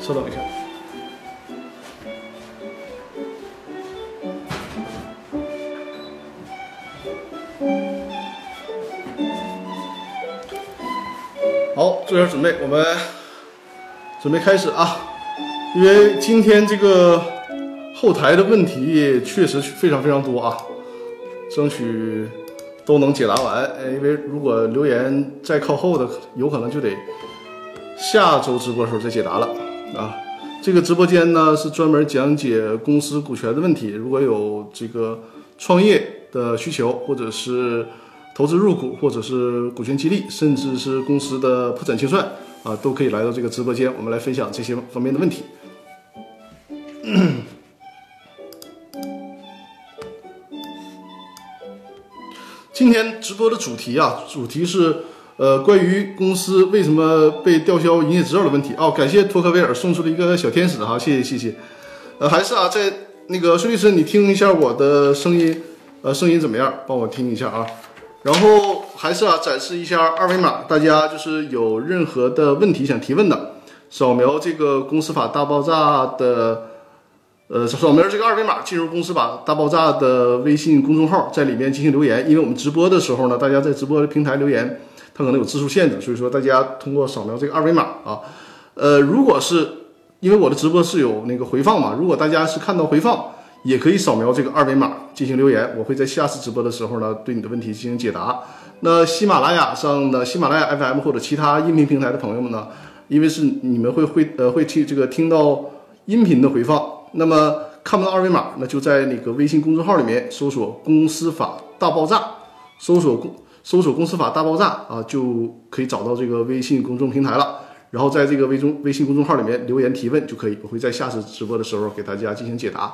稍等一下。好，做一下准备，我们准备开始啊！因为今天这个后台的问题确实非常非常多啊，争取都能解答完。因为如果留言再靠后的，有可能就得下周直播时候再解答了啊。这个直播间呢是专门讲解公司股权的问题，如果有这个创业的需求，或者是投资入股，或者是股权激励，甚至是公司的破产清算啊，都可以来到这个直播间，我们来分享这些方面的问题。今天直播的主题是关于公司为什么被吊销营业执照的问题。感谢托克维尔送出了一个小天使哈，谢谢。还是在那个孙律师，你听一下我的声音，声音怎么样？帮我听一下啊。然后还是展示一下二维码，大家就是有任何的问题想提问的，扫描这个公司法大爆炸的扫描这个二维码进入公司法大爆炸的微信公众号，在里面进行留言。因为我们直播的时候呢，大家在直播平台留言，它可能有字数限制，所以说大家通过扫描这个二维码啊，如果是因为我的直播是有那个回放嘛，如果大家是看到回放，也可以扫描这个二维码进行留言，我会在下次直播的时候呢对你的问题进行解答。那喜马拉雅上的喜马拉雅 FM 或者其他音频平台的朋友们呢，因为是你们会听到音频的回放，那么看不到二维码，那就在那个微信公众号里面搜索公司法大爆炸，搜索公司法大爆炸啊，就可以找到这个微信公众平台了。然后在这个微信公众号里面留言提问就可以，我会在下次直播的时候给大家进行解答。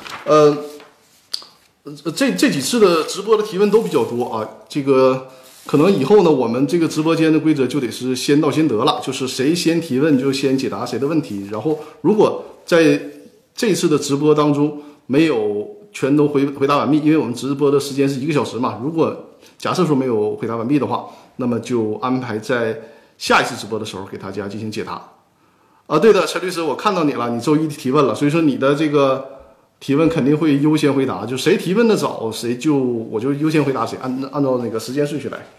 这几次的直播的提问都比较多啊，这个可能以后呢，我们这个直播间的规则就得是先到先得了，就是谁先提问就先解答谁的问题。然后如果在这次的直播当中没有全都回答完毕，因为我们直播的时间是1个小时嘛，如果假设说没有回答完毕的话，那么就安排在下一次直播的时候给大家进行解答。对的，陈律师，我看到你了，你周一提问了，所以说你的这个提问肯定会优先回答，就谁提问的早，我就优先回答谁，按照那个时间顺序来。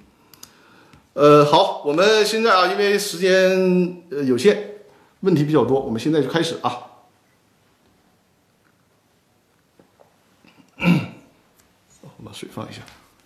好，我们现在因为时间有限，问题比较多，我们现在就开始啊。我把水放一下。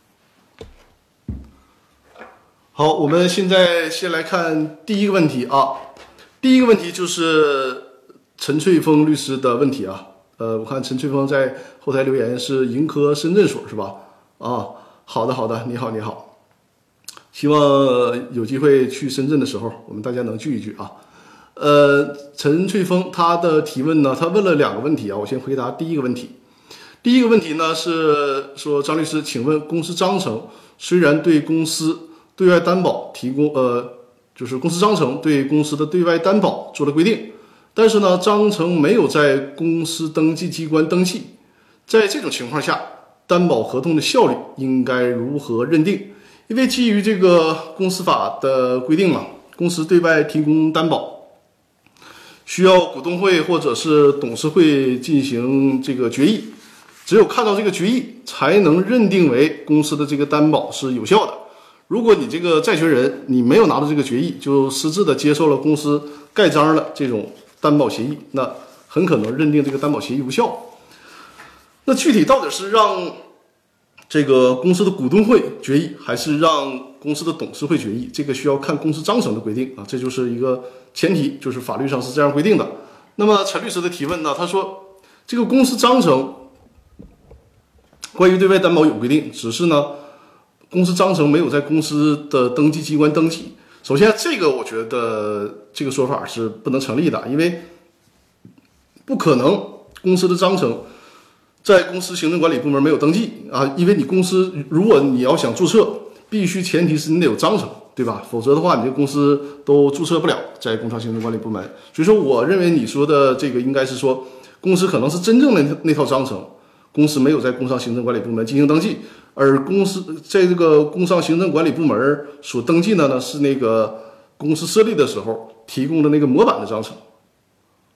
好，我们现在先来看第一个问题啊。第一个问题就是陈翠峰律师的问题啊。我看陈翠峰在后台留言是盈科深圳所是吧？好的，你好，希望有机会去深圳的时候，我们大家能聚一聚啊。陈翠峰他的提问呢，他问了2个问题啊，我先回答第一个问题。第一个问题呢是说，张律师，请问公司章程虽然对公司对外担保提供就是公司章程对公司的对外担保做了规定，但是呢，章程没有在公司登记机关登记，在这种情况下，担保合同的效力应该如何认定？因为基于这个公司法的规定嘛，公司对外提供担保，需要股东会或者是董事会进行这个决议，只有看到这个决议，才能认定为公司的这个担保是有效的。如果你这个债权人你没有拿到这个决议，就私自的接受了公司盖章的这种担保协议，那很可能认定这个担保协议无效。那具体到底是让这个公司的股东会决议，还是让公司的董事会决议，这个需要看公司章程的规定啊，这就是一个前提，就是法律上是这样规定的。那么陈律师的提问呢，他说这个公司章程关于对外担保有规定，只是呢公司章程没有在公司的登记机关登记。首先这个我觉得这个说法是不能成立的，因为不可能公司的章程在公司行政管理部门没有登记啊，因为你公司如果你要想注册，必须前提是你得有章程，对吧？否则的话，你这个公司都注册不了在工商行政管理部门。所以说，我认为你说的这个应该是说，公司可能是真正的那套章程，公司没有在工商行政管理部门进行登记，而公司在这个工商行政管理部门所登记的呢，是那个公司设立的时候提供的那个模板的章程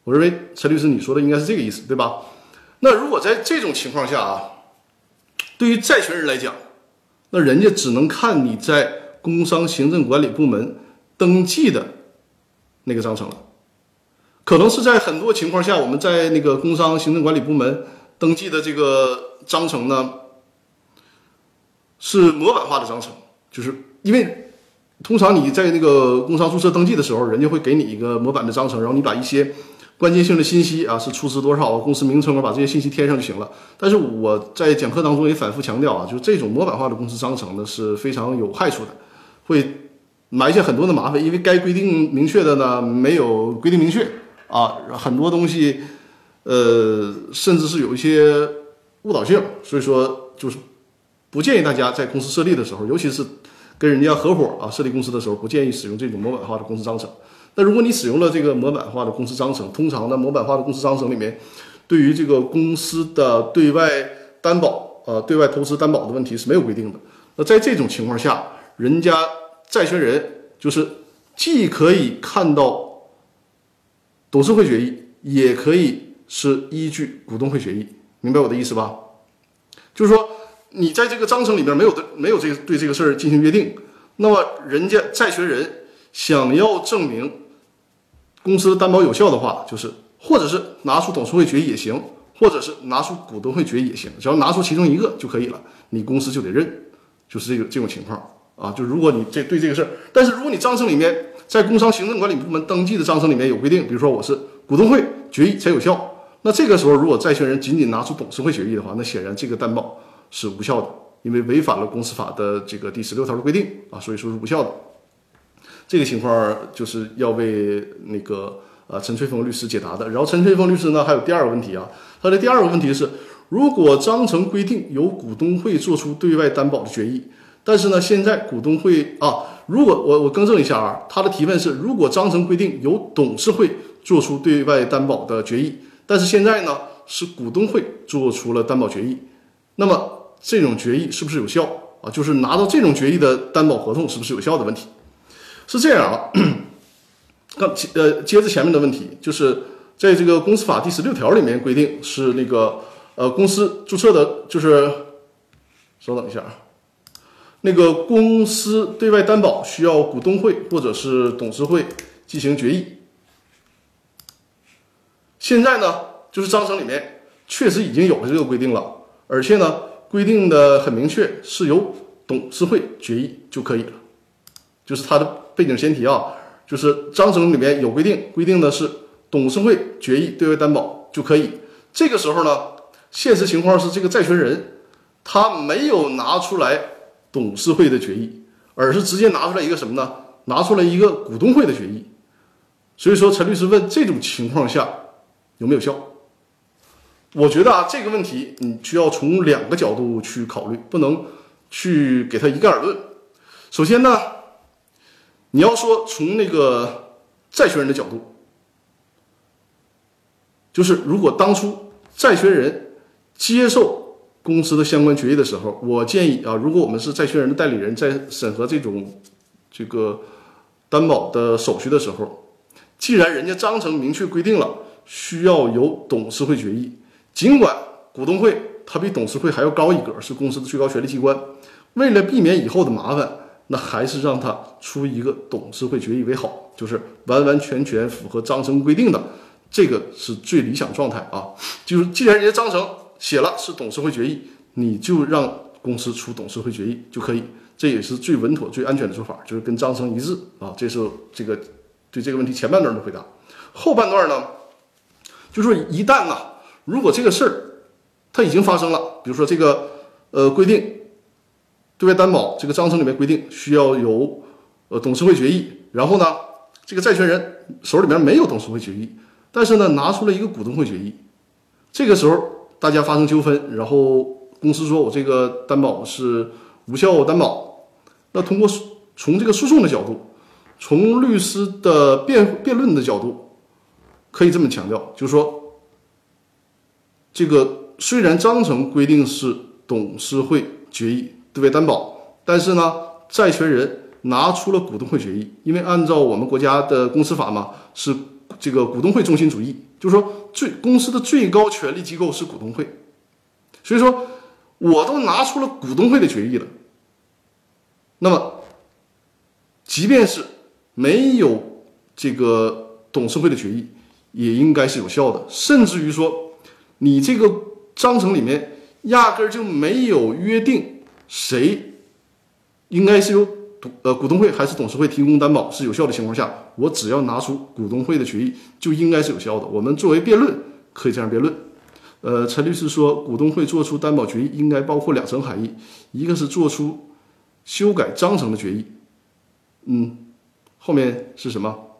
我认为陈律师你说的应该是这个意思，对吧？那如果在这种情况下啊，对于债权人来讲，那人家只能看你在工商行政管理部门登记的那个章程了。可能是在很多情况下，我们在那个工商行政管理部门登记的这个章程呢，是模板化的章程，就是因为通常你在那个工商注册登记的时候，人家会给你一个模板的章程，然后你把一些关键性的信息啊，是出资多少啊，公司名称啊，把这些信息填上就行了。但是我在讲课当中也反复强调啊，就是这种模板化的公司章程呢是非常有害处的，会埋下很多的麻烦，因为该规定明确的呢没有规定明确啊，很多东西甚至是有一些误导性，所以说就是不建议大家在公司设立的时候，尤其是跟人家合伙啊设立公司的时候，不建议使用这种模板化的公司章程。那如果你使用了这个模板化的公司章程，通常呢模板化的公司章程里面对于这个公司的对外担保对外投资担保的问题是没有规定的。那在这种情况下，人家债权人就是既可以看到董事会决议，也可以是依据股东会决议，明白我的意思吧？就是说你在这个章程里面没有这个对这个事儿进行约定，那么人家债权人想要证明公司的担保有效的话，就是或者是拿出董事会决议也行，或者是拿出股东会决议也行，只要拿出其中一个就可以了，你公司就得认，就是这种情况啊。就如果你对这个事儿，但是如果你章程里面在工商行政管理部门登记的章程里面有规定，比如说我是股东会决议才有效，那这个时候如果债权人仅仅拿出董事会决议的话，那显然这个担保是无效的，因为违反了公司法的这个第16条的规定啊，所以说是无效的。这个情况就是要为那个陈翠峰律师解答的。然后陈翠峰律师呢还有第二个问题啊，他的第二个问题是，如果章程规定由股东会做出对外担保的决议，但是呢现在股东会如果我更正一下啊，他的提问是，如果章程规定由董事会做出对外担保的决议，但是现在呢是股东会做出了担保决议，那么这种决议是不是有效啊？就是拿到这种决议的担保合同是不是有效的问题。是这样啊，接着前面的问题，就是在这个公司法第16条里面规定是那个公司注册的，就是稍等一下啊，那个公司对外担保需要股东会或者是董事会进行决议。现在呢，就是章程里面确实已经有了这个规定了，而且呢规定的很明确，是由董事会决议就可以了。就是它的背景前提啊，就是章程里面有规定，规定的是董事会决议对外担保就可以。这个时候呢，现实情况是这个债权人他没有拿出来董事会的决议，而是直接拿出来一个什么呢？拿出来一个股东会的决议。所以说陈律师问，这种情况下有没有效？我觉得这个问题你需要从2个角度去考虑，不能去给他一概而论。首先呢，你要说从那个债权人的角度，就是如果当初债权人接受公司的相关决议的时候，我建议如果我们是债权人的代理人，在审核这个担保的手续的时候，既然人家章程明确规定了需要由董事会决议，尽管股东会它比董事会还要高一格，是公司的最高权力机关，为了避免以后的麻烦，那还是让他出一个董事会决议为好，就是完完全全符合章程规定的，这个是最理想状态啊。就是既然人家章程写了是董事会决议，你就让公司出董事会决议就可以，这也是最稳妥、最安全的做法，就是跟章程一致啊。这是这个对这个问题前半段的回答。后半段呢，就是说一旦如果这个事儿它已经发生了，比如说这个规定。对外担保这个章程里面规定需要由董事会决议，然后呢，这个债权人手里面没有董事会决议，但是呢拿出了一个股东会决议，这个时候大家发生纠纷，然后公司说我这个担保是无效担保，那通过从这个诉讼的角度，从律师的辩论的角度，可以这么强调，就是说，这个虽然章程规定是董事会决议对外担保，但是呢，债权人拿出了股东会决议，因为按照我们国家的公司法嘛，是这个股东会中心主义就是说公司的最高权力机构是股东会，所以说我都拿出了股东会的决议了，那么即便是没有这个董事会的决议，也应该是有效的，甚至于说你这个章程里面压根儿就没有约定谁应该是由股东会还是董事会提供担保是有效的情况下，我只要拿出股东会的决议就应该是有效的。我们作为辩论可以这样辩论。陈律师说，股东会做出担保决议应该包括2层含义，一个是做出修改章程的决议，后面是什么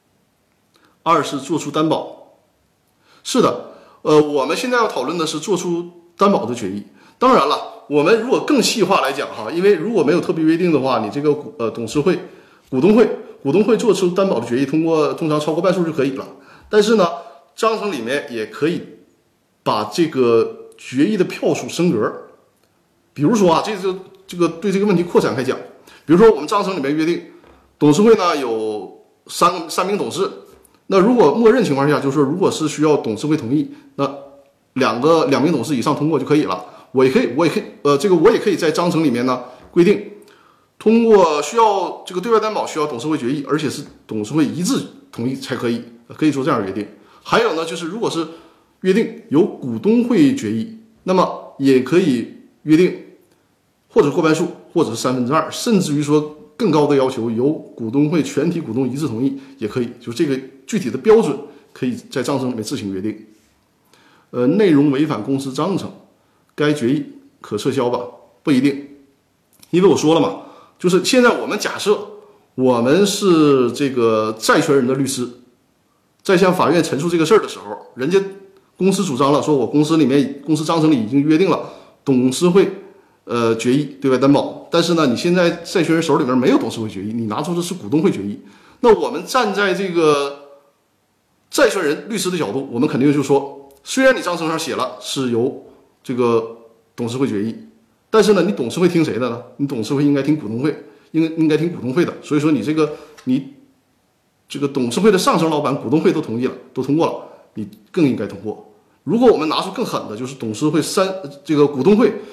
？2是做出担保。是的，我们现在要讨论的是做出担保的决议。当然了，我们如果更细化来讲哈，因为如果没有特别约定的话，你这个董事会、股东会做出担保的决议，通常超过半数就可以了。但是呢，章程里面也可以把这个决议的票数升格。比如说啊，这个对这个问题扩展开讲，比如说我们章程里面约定，董事会呢有三名董事，那如果默认情况下，就是说如果是需要董事会同意，那两名董事以上通过就可以了。我也可以在章程里面呢规定，通过需要这个对外担保需要董事会决议，而且是董事会一致同意才可以，可以做这样约定。还有呢，就是如果是约定由股东会决议，那么也可以约定或者过半数，或者是2/3，甚至于说更高的要求由股东会全体股东一致同意也可以。就这个具体的标准可以在章程里面自行约定。内容违反公司章程，该决议可撤销吧？不一定，因为我说了嘛，就是现在我们假设我们是这个债权人的律师，在向法院陈述这个事儿的时候，人家公司主张了，说我公司章程里已经约定了董事会决议对外担保，但是呢，你现在债权人手里边没有董事会决议，你拿出的是股东会决议，那我们站在这个债权人律师的角度，我们肯定就说，虽然你章程上写了是由这个董事会决议，但是呢，你董事会听谁的呢？你董事会应该听股东会，应该听股东会的。所以说你这个董事会的上层老板股东会都同意了，都通过了，你更应该通过。如果我们拿出更狠的，就是董事会股东会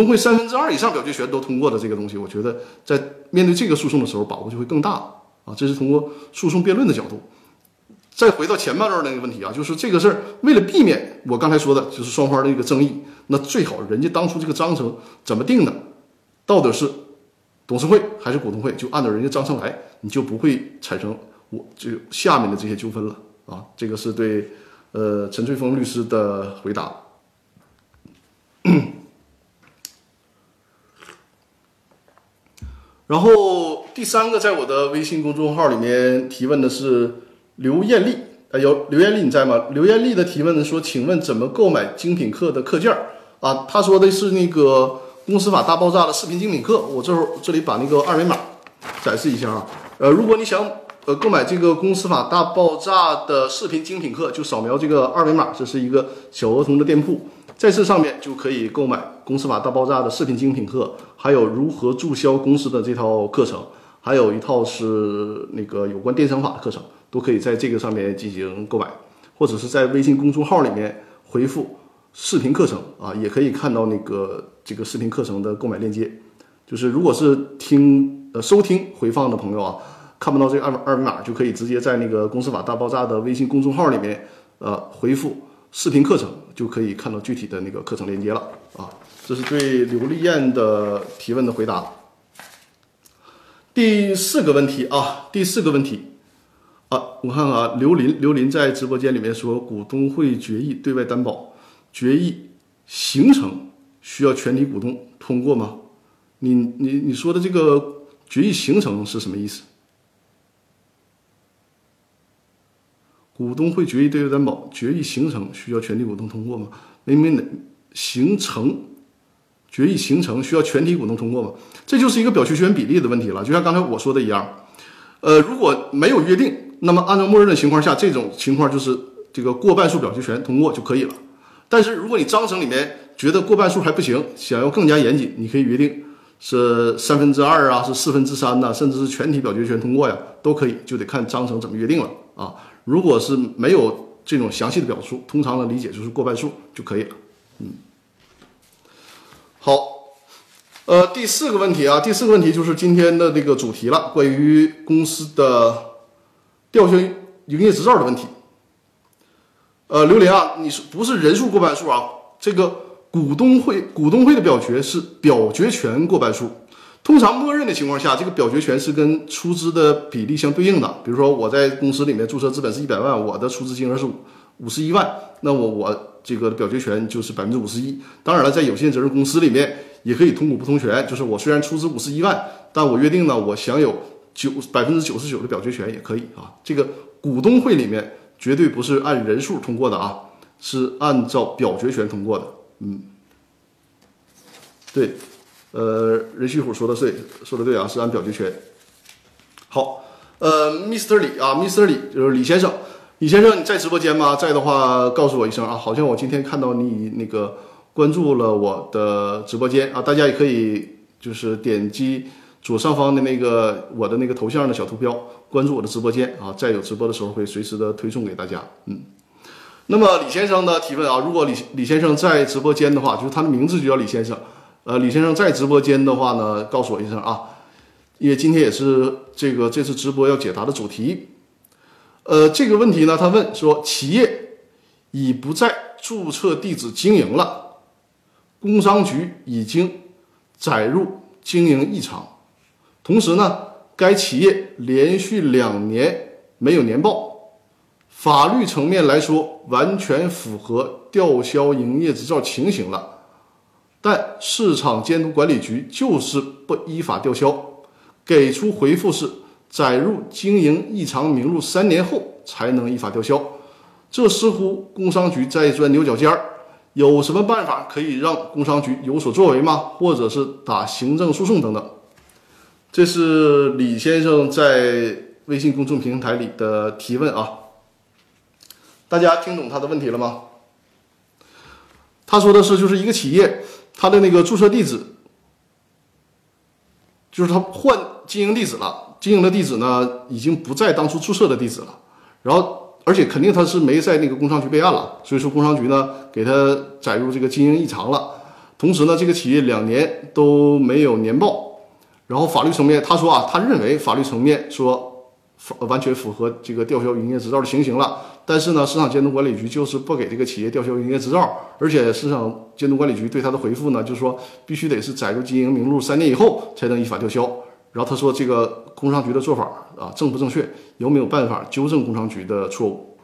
2/3以上表决权都通过的这个东西，我觉得在面对这个诉讼的时候，把握就会更大啊。这是通过诉讼辩论的角度。再回到前半段那个问题啊，就是这个事儿，为了避免我刚才说的，就是双方的一个争议，那最好人家当初这个章程怎么定的，到底是董事会还是股东会，就按照人家章程来，你就不会产生我这下面的这些纠纷了啊。这个是对陈翠峰律师的回答。然后第3个，在我的微信公众号里面提问的是刘艳丽，刘艳丽你在吗？刘艳丽的提问说，请问怎么购买精品课的课件啊？他说的是那个公司法大爆炸的视频精品课，我这里把那个2维码展示一下啊。如果你想购买这个公司法大爆炸的视频精品课，就扫描这个2维码，这是一个小儿童的店铺，在这上面就可以购买公司法大爆炸的视频精品课，还有如何注销公司的这套课程，还有一套是那个有关电商法的课程，都可以在这个上面进行购买，或者是在微信公众号里面回复视频课程啊，也可以看到这个视频课程的购买链接。就是如果是收听回放的朋友啊，看不到这个二维码，就可以直接在那个公司法大爆炸的微信公众号里面回复视频课程，就可以看到具体的那个课程链接了啊。这是对刘丽燕的提问的回答。第4个问题啊，我看看啊，刘林在直播间里面说，股东会决议对外担保决议形成需要全体股东通过吗？你说的这个决议形成是什么意思？股东会决议对外担保决议形成需要全体股东通过吗？决议形成需要全体股东通过吗？这就是一个表决权比例的问题了。就像刚才我说的一样，如果没有约定，那么按照默认的情况下，这种情况就是这个过半数表决权通过就可以了。但是如果你章程里面觉得过半数还不行，想要更加严谨，你可以约定是2/3啊，是3/4呐，甚至是全体表决权通过呀，都可以，就得看章程怎么约定了啊。如果是没有这种详细的表述，通常的理解就是过半数就可以了。好，第四个问题啊，第四个问题就是今天的这个主题了，关于公司的吊销营业执照的问题。刘林啊，你不是人数过半数啊？这个股东会的表决是表决权过半数。通常默认的情况下，这个表决权是跟出资的比例相对应的。比如说我在公司里面注册资本是100万，我的出资金额是51万，那我这个表决权就是51%。当然了，在有限责任公司里面也可以同股不同权，就是我虽然出资51万，但我约定呢，我享有99%的表决权也可以啊。这个股东会里面绝对不是按人数通过的啊，是按照表决权通过的。对。任旭虎说的对啊，是按表决权。好，Mr. 李啊，Mr. 李就是李先生，李先生你在直播间吗？在的话告诉我一声啊，好像我今天看到你那个关注了我的直播间啊，大家也可以就是点击左上方的那个我的那个头像的小图标，关注我的直播间啊，在有直播的时候会随时的推送给大家。那么李先生的提问啊，如果李先生在直播间的话，就是他的名字就叫李先生。李先生在直播间的话呢，告诉我一声啊，因为今天也是这次直播要解答的主题。这个问题呢，他问说，企业已不在注册地址经营了，工商局已经载入经营异常，同时呢，该企业连续2年没有年报，法律层面来说完全符合吊销营业执照情形了。但市场监督管理局就是不依法吊销，给出回复是载入经营异常名录3年后才能依法吊销。这似乎工商局在钻牛角尖儿，有什么办法可以让工商局有所作为吗？或者是打行政诉讼等等？这是李先生在微信公众平台里的提问啊，大家听懂他的问题了吗？他说的是，就是一个企业他的那个注册地址，就是他换经营地址了，经营的地址呢已经不在当初注册的地址了，然后而且肯定他是没在那个工商局备案了，所以说工商局呢给他载入这个经营异常了。同时呢，这个企业2年都没有年报，然后法律层面他说啊，他认为法律层面说完全符合这个吊销营业执照的情形了。但是呢，市场监督管理局就是不给这个企业吊销营业执照，而且市场监督管理局对他的回复呢，就是说必须得是载入经营名录3年以后才能依法吊销。然后他说这个工商局的做法啊正不正确，有没有办法纠正工商局的错误？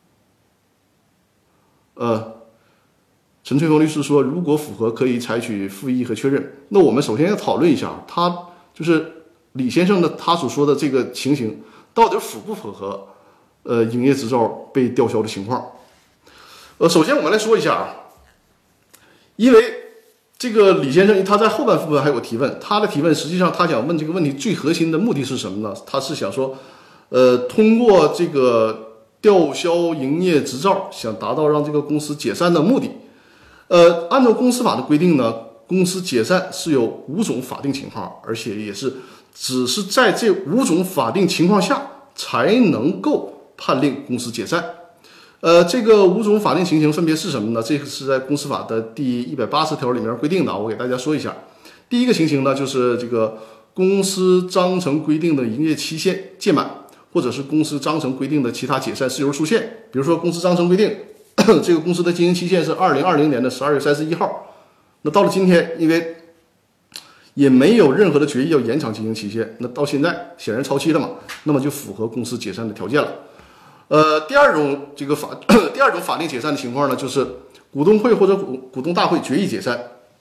陈翠峰律师说，如果符合可以采取复议和确认。那我们首先要讨论一下，他就是李先生的他所说的这个情形到底符不符合营业执照被吊销的情况。首先我们来说一下啊，因为这个李先生他在后半部分还有提问，他的提问实际上他想问这个问题最核心的目的是什么呢？他是想说，通过这个吊销营业执照，想达到让这个公司解散的目的。按照公司法的规定呢，公司解散是有5种法定情况，而且也是只是在这5种法定情况下才能够判令公司解散。这个5种法定情形分别是什么呢？这个是在公司法的第180条里面规定的，我给大家说一下。第一个情形呢，就是这个公司章程规定的营业期限届满，或者是公司章程规定的其他解散事由出现。比如说公司章程规定这个公司的经营期限是2020年的12月31号，那到了今天，因为也没有任何的决议要延长经营期限，那到现在显然超期了嘛，那么就符合公司解散的条件了。第二种法定解散的情况呢，就是股东会或者股东大会决议解散。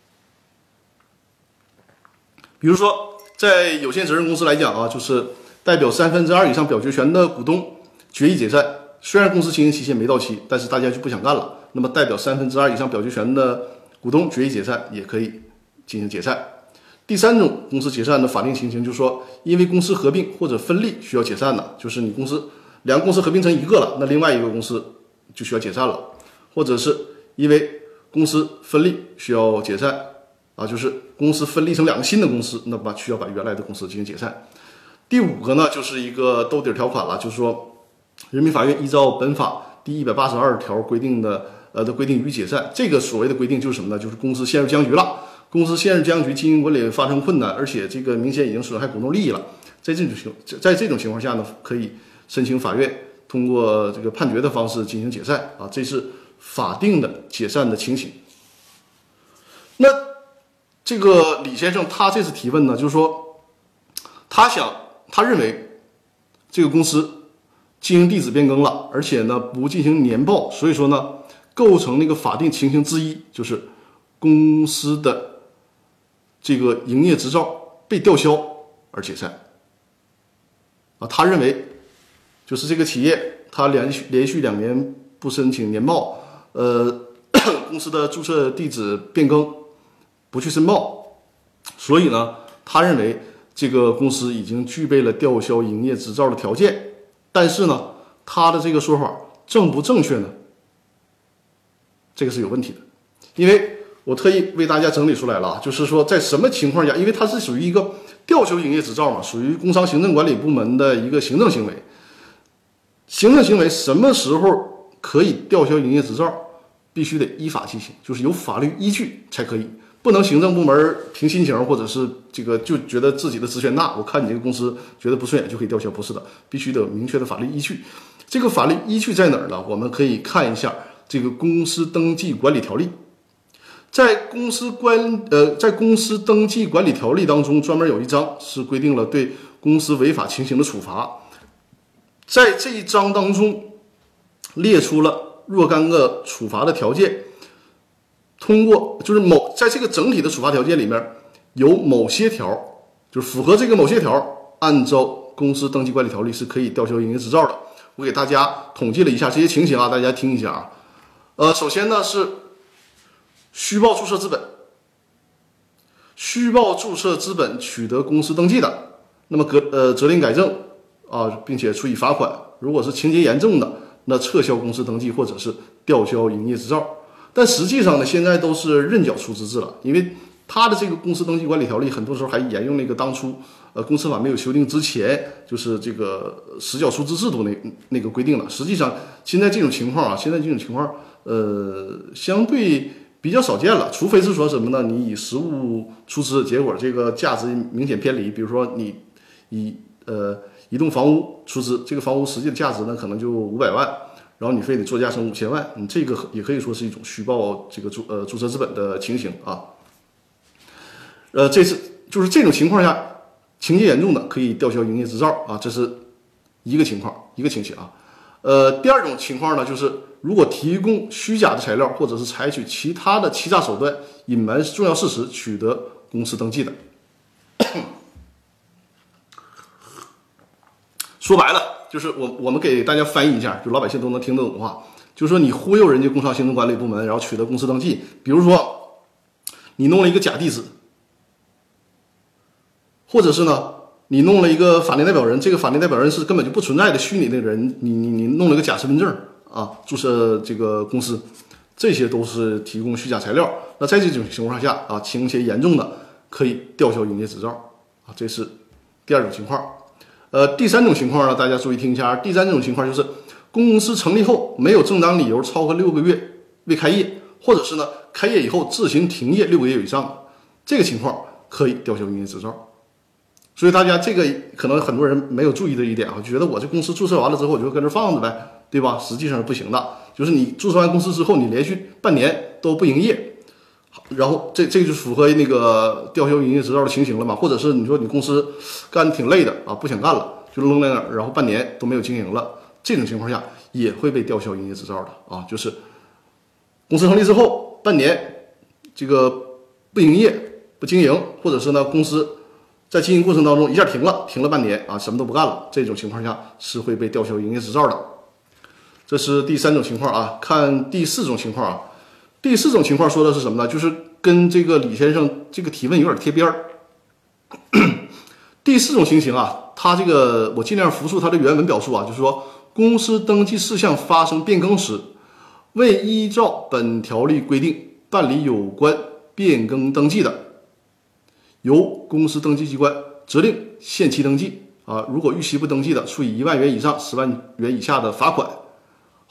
比如说，在有限责任公司来讲啊，就是代表2/3以上表决权的股东决议解散。虽然公司经营期限没到期，但是大家就不想干了，那么代表2/3以上表决权的股东决议解散也可以进行解散。第三种公司解散的法定情形，就是说，因为公司合并或者分立需要解散的，就是你公司2个公司合并成一个了，那另外一个公司就需要解散了，或者是因为公司分立需要解散啊，就是公司分立成2个新的公司，那么需要把原来的公司进行解散。第5个呢，就是一个兜底条款了，就是说，人民法院依照本法第182条规定的规定予以解散。这个所谓的规定就是什么呢？就是公司陷入僵局了，公司陷入僵局，经营管理发生困难，而且这个明显已经损害股东利益了。在这种情况下呢，可以申请法院通过这个判决的方式进行解散啊，这是法定的解散的情形。那这个李先生他这次提问呢，就是说他认为这个公司经营地址变更了，而且呢不进行年报，所以说呢构成那个法定情形之一，就是公司的这个营业执照被吊销而解散啊。他认为就是这个企业他连续2年不申请年报，公司的注册地址变更不去申报，所以呢他认为这个公司已经具备了吊销营业执照的条件。但是呢他的这个说法正不正确呢？这个是有问题的，因为我特意为大家整理出来了，就是说在什么情况下，因为它是属于一个吊销营业执照嘛，属于工商行政管理部门的一个行政行为。行政行为什么时候可以吊销营业执照？必须得依法进行，就是有法律依据才可以，不能行政部门凭心情或者是这个就觉得自己的职权大，我看你这个公司觉得不顺眼就可以吊销，不是的，必须得有明确的法律依据。这个法律依据在哪儿呢？我们可以看一下这个公司登记管理条例。在公司登记管理条例当中，专门有一章是规定了对公司违法情形的处罚。在这一章当中列出了若干个处罚的条件，通过就是在这个整体的处罚条件里面有某些条，就是符合这个某些条，按照公司登记管理条例是可以吊销营业执照的。我给大家统计了一下这些情形啊，大家听一下啊。首先呢是虚报注册资本，虚报注册资本取得公司登记的，那么责令改正啊，并且处以罚款。如果是情节严重的，那撤销公司登记或者是吊销营业执照。但实际上呢，现在都是认缴出资制了，因为他的这个公司登记管理条例很多时候还沿用那个当初公司法没有修订之前，就是这个实缴出资制度那个规定了。实际上现在这种情况相对比较少见了，除非是说什么呢？你以实物出资，结果这个价值明显偏离，比如说你以一栋房屋出资，这个房屋实际的价值呢可能就500万，然后你非得作价成5000万，你这个也可以说是一种虚报这个注册资本的情形啊。这是就是这种情况下，情节严重的可以吊销营业执照啊，这是一个情形啊。第二种情况呢，就是如果提供虚假的材料，或者是采取其他的欺诈手段隐瞒重要事实，取得公司登记的。说白了，就是我们给大家翻译一下，就老百姓都能听得懂的话，就是说你忽悠人家工商行政管理部门，然后取得公司登记，比如说你弄了一个假地址，或者是呢你弄了一个法定代表人，这个法定代表人是根本就不存在的虚拟的人，你弄了一个假身份证啊，注册这个公司，这些都是提供虚假材料。那在这种情况下啊，情节严重的可以吊销营业执照啊，这是第二种情况。第三种情况呢，大家注意听一下。第三种情况就是公司成立后没有正当理由超过6个月未开业，或者是呢开业以后自行停业6个月以上，这个情况可以吊销营业执照。所以大家这个可能很多人没有注意的一点啊，觉得我这公司注册完了之后我就跟这放着呗，对吧？实际上是不行的，就是你注册完公司之后，你连续半年都不营业，然后这就符合那个吊销营业执照的情形了嘛？或者是你说你公司干得挺累的啊，不想干了，就扔在那儿，然后半年都没有经营了，这种情况下也会被吊销营业执照的啊。就是公司成立之后半年这个不营业不经营，或者是呢公司在经营过程当中一下停了半年啊，什么都不干了，这种情况下是会被吊销营业执照的。这是第三种情况啊。看第四种情况啊。第四种情况说的是什么呢？就是跟这个李先生这个提问有点贴边儿。第四种情形啊，他这个我尽量复述他的原文表述啊，就是说公司登记事项发生变更时，未依照本条例规定办理有关变更登记的，由公司登记机关责令限期登记啊，如果逾期不登记的，处以1万元以上10万元以下的罚款。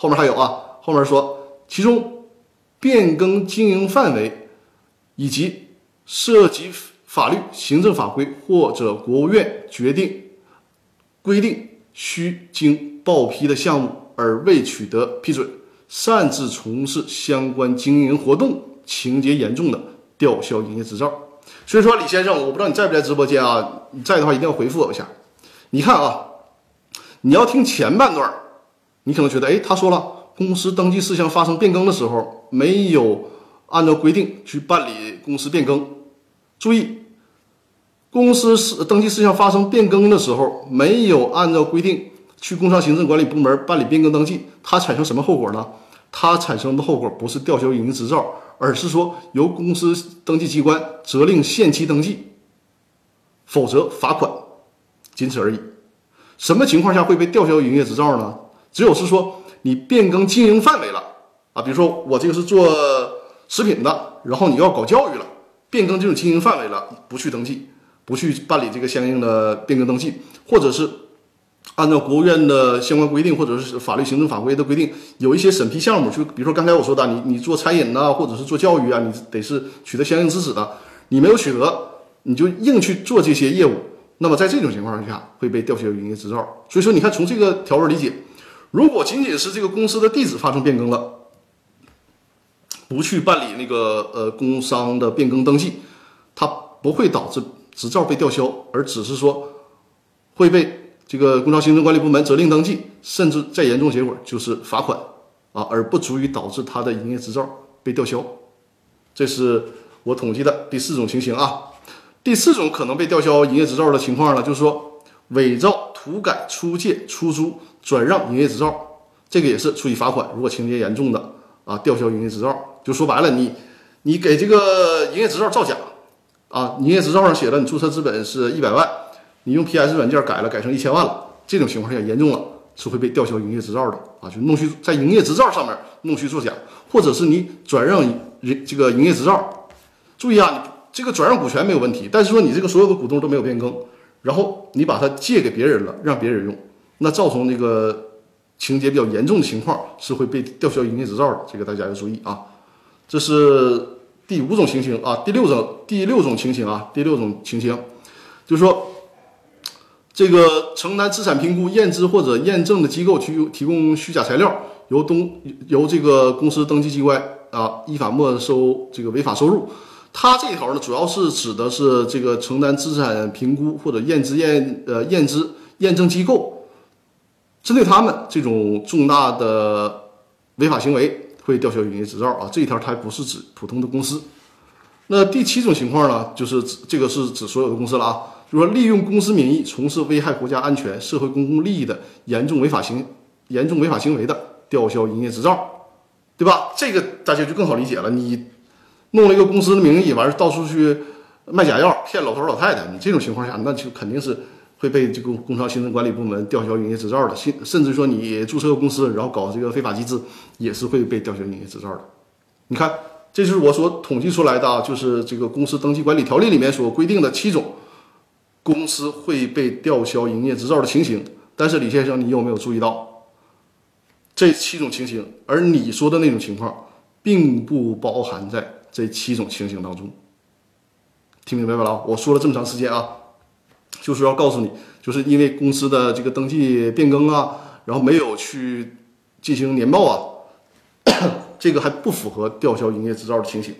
后面还有啊，后面说其中变更经营范围以及涉及法律、行政法规或者国务院决定规定需经报批的项目而未取得批准，擅自从事相关经营活动，情节严重的，吊销营业执照。所以说，李先生，我不知道你在不在直播间啊？你在的话，一定要回复我一下。你看啊，你要听前半段，你可能觉得，他说了，公司登记事项发生变更的时候，没有按照规定去办理公司变更。注意，公司登记事项发生变更的时候，没有按照规定去工商行政管理部门办理变更登记，它产生什么后果呢？它产生的后果不是吊销营业执照，而是说由公司登记机关责令限期登记，否则罚款，仅此而已。什么情况下会被吊销营业执照呢？只有是说你变更经营范围了啊，比如说我这个是做食品的，然后你要搞教育了，变更这种经营范围了，不去登记，不去办理这个相应的变更登记，或者是按照国务院的相关规定，或者是法律行政法规的规定，有一些审批项目，就比如说刚才我说的，你做餐饮呐，或者是做教育啊，你得是取得相应资质的，你没有取得，你就硬去做这些业务，那么在这种情况下会被吊销营业执照。所以说，你看从这个条文理解，如果仅仅是这个公司的地址发生变更了，不去办理那个工商的变更登记，它不会导致执照被吊销，而只是说会被这个工商行政管理部门责令登记，甚至再严重结果就是罚款啊，而不足以导致他的营业执照被吊销。这是我统计的第4种情形啊。第4种可能被吊销营业执照的情况呢，就是说伪造、涂改、出借、出租、转让营业执照，这个也是处以罚款，如果情节严重的啊，吊销营业执照。就说白了，你给这个营业执照造假啊，营业执照上写了你注册资本是100万，你用 PS 软件改成1000万了，这种情况下严重了是会被吊销营业执照的啊，就弄虚在营业执照上面弄虚作假，或者是你转让这个营业执照。注意啊，你这个转让股权没有问题，但是说你这个所有的股东都没有变更，然后你把它借给别人了，让别人用，那造成这个情节比较严重的情况是会被吊销营业执照的，这个大家要注意啊。这是第5种情形啊。第六种情形啊，第6种情形就是说，这个承担资产评估、验资或者验证的机构去提供虚假材料，由这个公司登记机关啊依法没收这个违法收入。它这一条呢，主要是指的是这个承担资产评估或者验资验证机构，针对他们这种重大的违法行为会吊销营业执照啊。这一条它不是指普通的公司。那第7种情况呢，就是这个是指所有的公司了啊，就是说利用公司名义从事危害国家安全、社会公共利益的严重违法行为的，吊销营业执照，对吧？这个大家就更好理解了。你弄了一个公司的名义，完了到处去卖假药，骗老头老太太，你这种情况下，那就肯定是会被这个工商行政管理部门吊销营业执照的。甚至说你注册个公司，然后搞这个非法集资，也是会被吊销营业执照的。你看，这就是我所统计出来的啊，就是这个公司登记管理条例里面所规定的7种公司会被吊销营业执照的情形。但是李先生，你有没有注意到这7种情形？而你说的那种情况，并不包含在这7种情形当中。听明白了？我说了这么长时间啊，就是要告诉你，就是因为公司的这个登记变更啊，然后没有去进行年报啊，这个还不符合吊销营业执照的情形。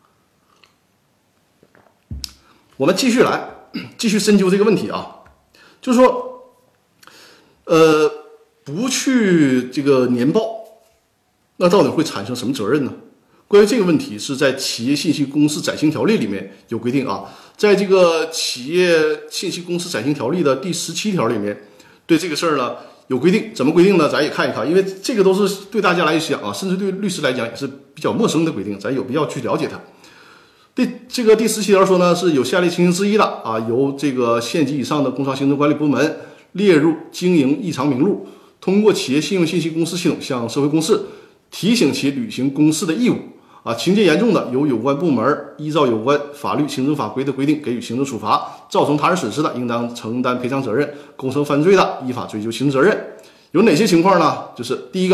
我们继续深究这个问题啊，就是说，不去这个年报，那到底会产生什么责任呢？关于这个问题，是在《企业信息公示暂行条例》里面有规定啊，在这个《企业信息公示暂行条例》的第17条里面，对这个事儿呢有规定。怎么规定呢？咱也看一看，因为这个都是对大家来讲啊，甚至对律师来讲也是比较陌生的规定，咱有必要去了解它。这个第17条说呢，是有下列情形之一的啊，由这个县级以上的工商行政管理部门列入经营异常名录，通过企业信用信息公示系统向社会公示，提醒其履行公示的义务啊。情节严重的，由有关部门依照有关法律、行政法规的规定给予行政处罚，造成他人损失的，应当承担赔偿责任；构成犯罪的，依法追究刑事责任。有哪些情况呢？就是第一个，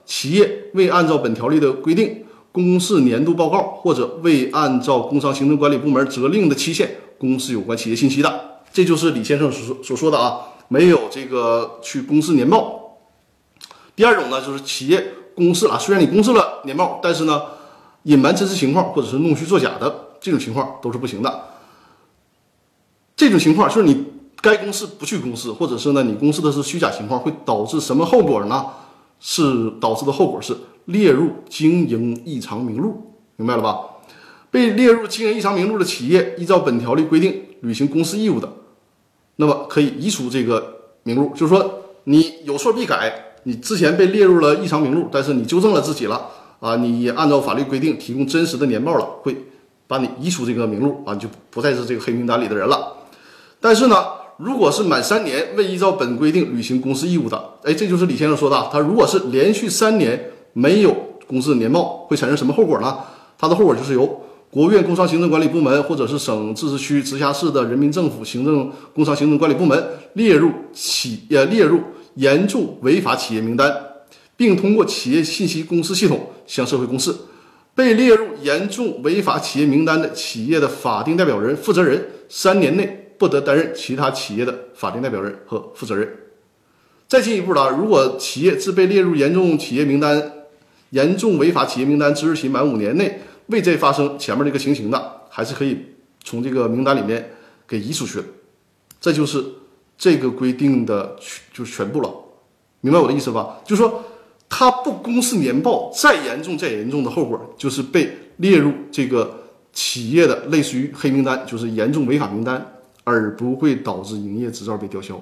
企业未按照本条例的规定公示年度报告，或者未按照工商行政管理部门责令的期限公示有关企业信息的，这就是李先生所说的啊，没有这个去公示年报。第二种呢，就是企业公示了，虽然你公示了年报，但是呢，隐瞒真实情况或者是弄虚作假的这种情况都是不行的。这种情况就是你该公示不去公示，或者是呢你公示的是虚假情况，会导致什么后果呢？是导致的后果是列入经营异常名录，明白了吧？被列入经营异常名录的企业，依照本条例规定履行公示义务的，那么可以移除这个名录。就是说你有错必改，你之前被列入了异常名录，但是你纠正了自己了啊，你也按照法律规定提供真实的年报了，会把你移除这个名录啊，你就不再是这个黑名单里的人了。但是呢，如果是满3年未依照本规定履行公示义务的，这就是李先生说的，他如果是连续3年没有公示年报，会产生什么后果呢？他的后果就是由国务院工商行政管理部门或者是省、自治区、直辖市的人民政府工商行政管理部门列入严重违法企业名单，并通过企业信息公示系统向社会公示。被列入严重违法企业名单的企业的法定代表人、负责人3年内不得担任其他企业的法定代表人和负责人。再进一步的，如果企业自被列入严重违法企业名单之日起满5年内未再发生前面这个情形的，还是可以从这个名单里面给移出去的。这就是这个规定的就是全部了，明白我的意思吧？就是说他不公示年报，再严重的后果就是被列入这个企业的类似于黑名单，就是严重违法名单，而不会导致营业执照被吊销。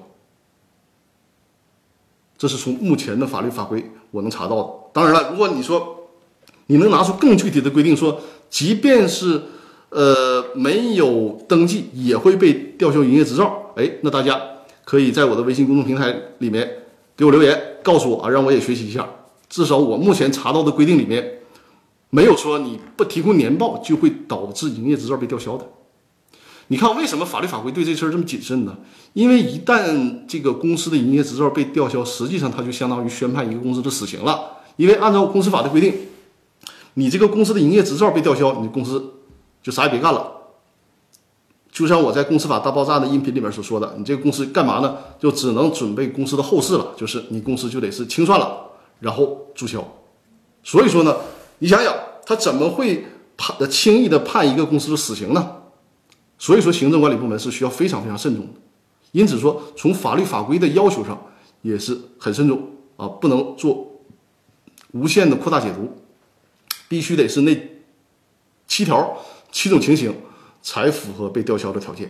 这是从目前的法律法规我能查到的。当然了，如果你说你能拿出更具体的规定，说即便是没有登记也会被吊销营业执照，那大家可以在我的微信公众平台里面给我留言，告诉我啊，让我也学习一下。至少我目前查到的规定里面没有说你不提供年报就会导致营业执照被吊销的。你看为什么法律法规对这事儿这么谨慎呢？因为一旦这个公司的营业执照被吊销，实际上它就相当于宣判一个公司的死刑了。因为按照公司法的规定，你这个公司的营业执照被吊销，你公司就啥也别干了。就像我在公司法大爆炸的音频里面所说的，你这个公司干嘛呢？就只能准备公司的后事了，就是你公司就得是清算了，然后注销。所以说呢，你想想他怎么会轻易的判一个公司的死刑呢？所以说行政管理部门是需要非常非常慎重的，因此说从法律法规的要求上也是很慎重啊，不能做无限的扩大解读，必须得是那7种情形才符合被吊销的条件。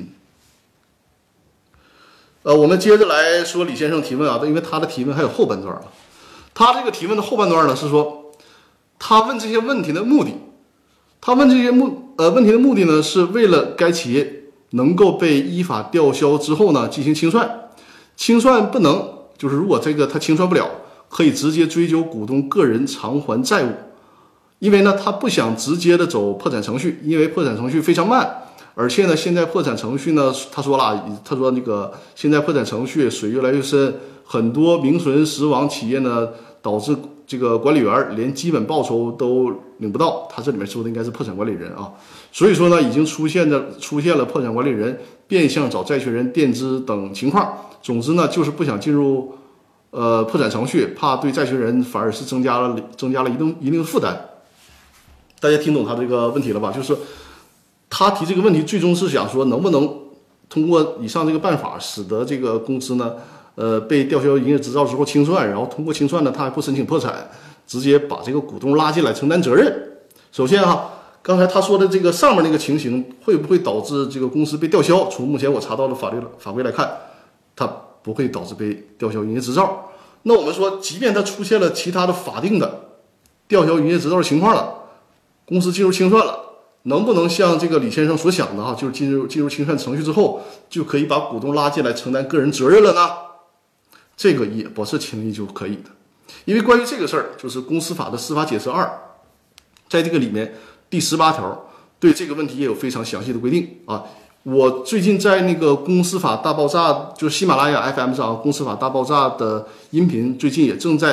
我们接着来说李先生提问啊，因为他的提问还有后半段啊。他这个提问的后半段呢是说，他问这些问题的目的，他问这些问题的目的呢，是为了该企业能够被依法吊销之后呢进行清算，清算不能，就是如果这个他清算不了，可以直接追究股东个人偿还债务。因为呢他不想直接的走破产程序，因为破产程序非常慢，而且呢现在破产程序呢，他说那个现在破产程序水越来越深，很多名存实亡企业呢导致这个管理员连基本报酬都领不到，他这里面说的应该是破产管理人啊。所以说呢已经出现了破产管理人变相找债权人垫资等情况。总之呢就是不想进入破产程序，怕对债权人反而是增加了一定的负担。大家听懂他这个问题了吧？就是他提这个问题最终是想说，能不能通过以上这个办法，使得这个公司呢被吊销营业执照之后清算，然后通过清算呢他还不申请破产，直接把这个股东拉进来承担责任。首先刚才他说的这个上面那个情形会不会导致这个公司被吊销？从目前我查到的法规来看，它不会导致被吊销营业执照。那我们说，即便它出现了其他的法定的吊销营业执照的情况了，公司进入清算了，能不能像这个李先生所想的就是进入清算程序之后，就可以把股东拉进来承担个人责任了呢？这个也不是轻易就可以的。因为关于这个事儿，就是公司法的司法解释2，在这个里面第18条对这个问题也有非常详细的规定啊。我最近在那个公司法大爆炸，就是喜马拉雅 FM 上公司法大爆炸的音频，最近也正在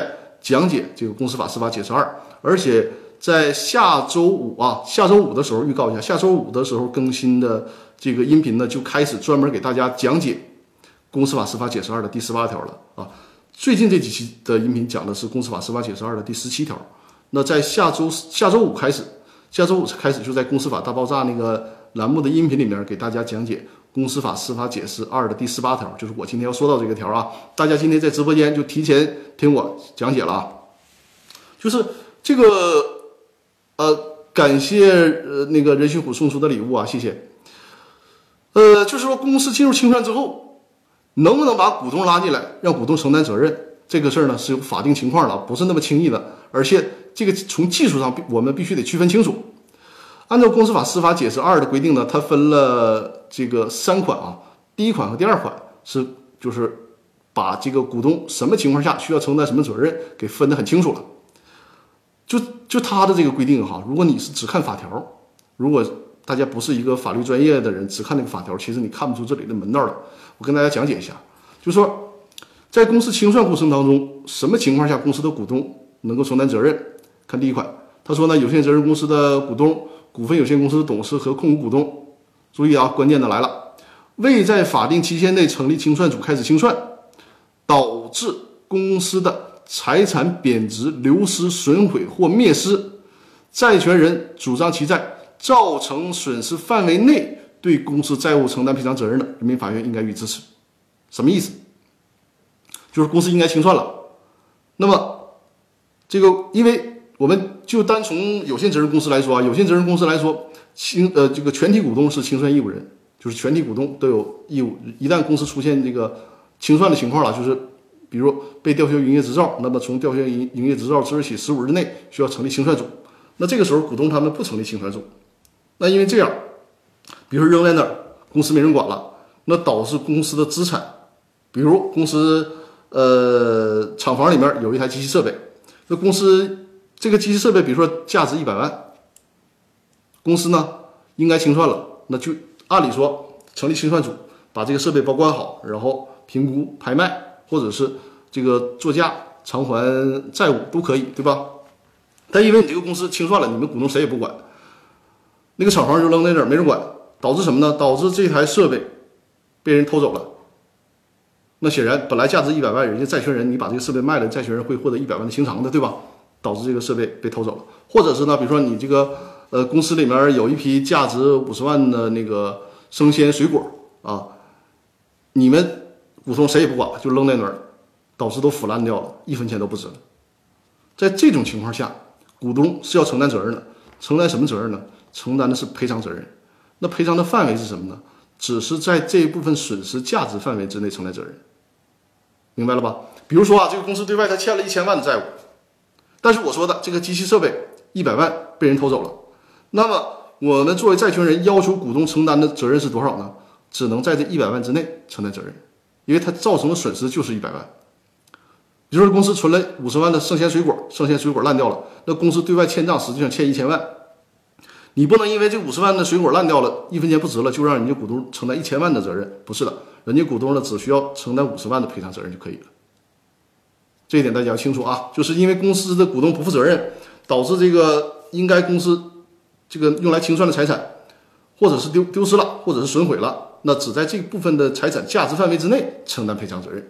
讲解这个公司法司法解释2，而且在下周五的时候预告一下，下周五的时候更新的这个音频呢，就开始专门给大家讲解公司法司法解释2的第18条了啊。最近这几期的音频讲的是公司法司法解释2的第17条。那在下周五开始就在公司法大爆炸那个栏目的音频里面给大家讲解公司法司法解释2的第18条，就是我今天要说到这个条啊。大家今天在直播间就提前听我讲解了啊。就是这个感谢那个任旭虎送出的礼物啊，谢谢。就是说公司进入清算之后，能不能把股东拉进来，让股东承担责任，这个事儿呢是有法定情况的，不是那么轻易的，而且这个从技术上我们必须得区分清楚。按照公司法司法解释2的规定呢，它分了这个3款啊，第1款和第2款就是把这个股东什么情况下需要承担什么责任给分得很清楚了。就他的这个规定哈，如果你是只看法条，如果大家不是一个法律专业的人，只看那个法条，其实你看不出这里的门道来。我跟大家讲解一下，就是说在公司清算过程当中，什么情况下公司的股东能够承担责任？看第1款，他说呢，有限责任公司的股东、股份有限公司的董事和控股股东，注意啊，关键的来了，未在法定期限内成立清算组开始清算，导致公司的财产贬值、流失、损毁或灭失，债权人主张其债造成损失范围内对公司债务承担赔偿责任的，人民法院应该予以支持。什么意思？就是公司应该清算了。那么这个，因为我们就单从有限责任公司来说啊，有限责任公司来说，这个全体股东是清算义务人，就是全体股东都有义务，一旦公司出现这个清算的情况了，就是比如被吊销营业执照，那么从吊销营业执照之日起15日内需要成立清算组。那这个时候股东他们不成立清算组，那因为这样，比如说扔在那儿，公司没人管了，那导致公司的资产，比如公司厂房里面有一台机器设备，那公司这个机器设备比如说价值100万，公司呢应该清算了，那就按理说成立清算组，把这个设备保管好，然后评估拍卖，或者是这个作价偿还债务都可以，对吧？但因为你这个公司清算了，你们股东谁也不管，那个厂房就扔在那儿没人管，导致什么呢？导致这台设备被人偷走了。那显然本来价值100万，人家债权人你把这个设备卖了，债权人会获得100万的清偿的，对吧？导致这个设备被偷走了。或者是呢，比如说你这个公司里面有一批价值50万的那个生鲜水果啊，你们股东谁也不管，就扔在那儿，导致都腐烂掉了，1分钱都不值了。在这种情况下，股东是要承担责任的，承担什么责任呢？承担的是赔偿责任。那赔偿的范围是什么呢？只是在这一部分损失价值范围之内承担责任，明白了吧？比如说啊，这个公司对外他欠了1000万的债务，但是我说的这个机器设备100万被人偷走了，那么我们作为债权人要求股东承担的责任是多少呢？只能在这100万之内承担责任，因为它造成的损失就是100万。比如说公司存了50万的生鲜水果烂掉了，那公司对外欠账实际上欠1000万，你不能因为这50万的水果烂掉了，1分钱不值了，就让人家股东承担1000万的责任，不是的，人家股东呢只需要承担50万的赔偿责任就可以了。这一点大家要清楚啊，就是因为公司的股东不负责任，导致这个应该公司这个用来清算的财产，或者是丢失了，或者是损毁了，那只在这部分的财产价值范围之内承担赔偿责任。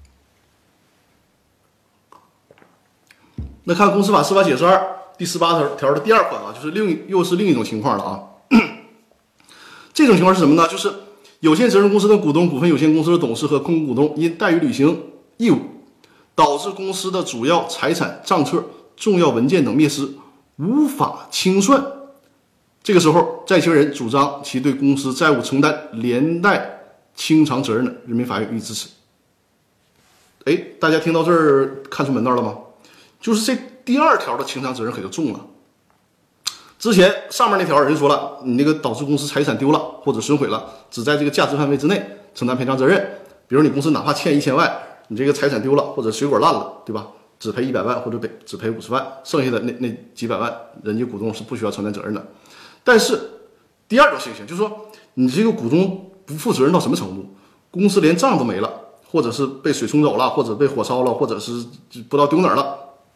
那看公司法司法解释2第18条的第2款啊，就是又是另一种情况了啊。这种情况是什么呢？就是有限责任公司的股东、股份有限公司的董事和控股股东因怠于履行义务，导致公司的主要财产、账册、重要文件等灭失，无法清算。这个时候，债权人主张其对公司债务承担连带清偿责任的，人民法院予以支持。大家听到这儿看出门道了吗？就是这第2条的清偿责任可就重了。之前上面那条人说了，你那个导致公司财产丢了或者损毁了，只在这个价值范围之内承担赔偿责任。比如你公司哪怕欠1000万，你这个财产丢了或者水果烂了，对吧？只赔100万或者只赔50万，剩下的那几百万，人家股东是不需要承担责任的。但是第2种情形就是说，你这个股东不负责任到什么程度？公司连账都没了，或者是被水冲走了，或者被火烧了，或者是不知道丢哪儿了，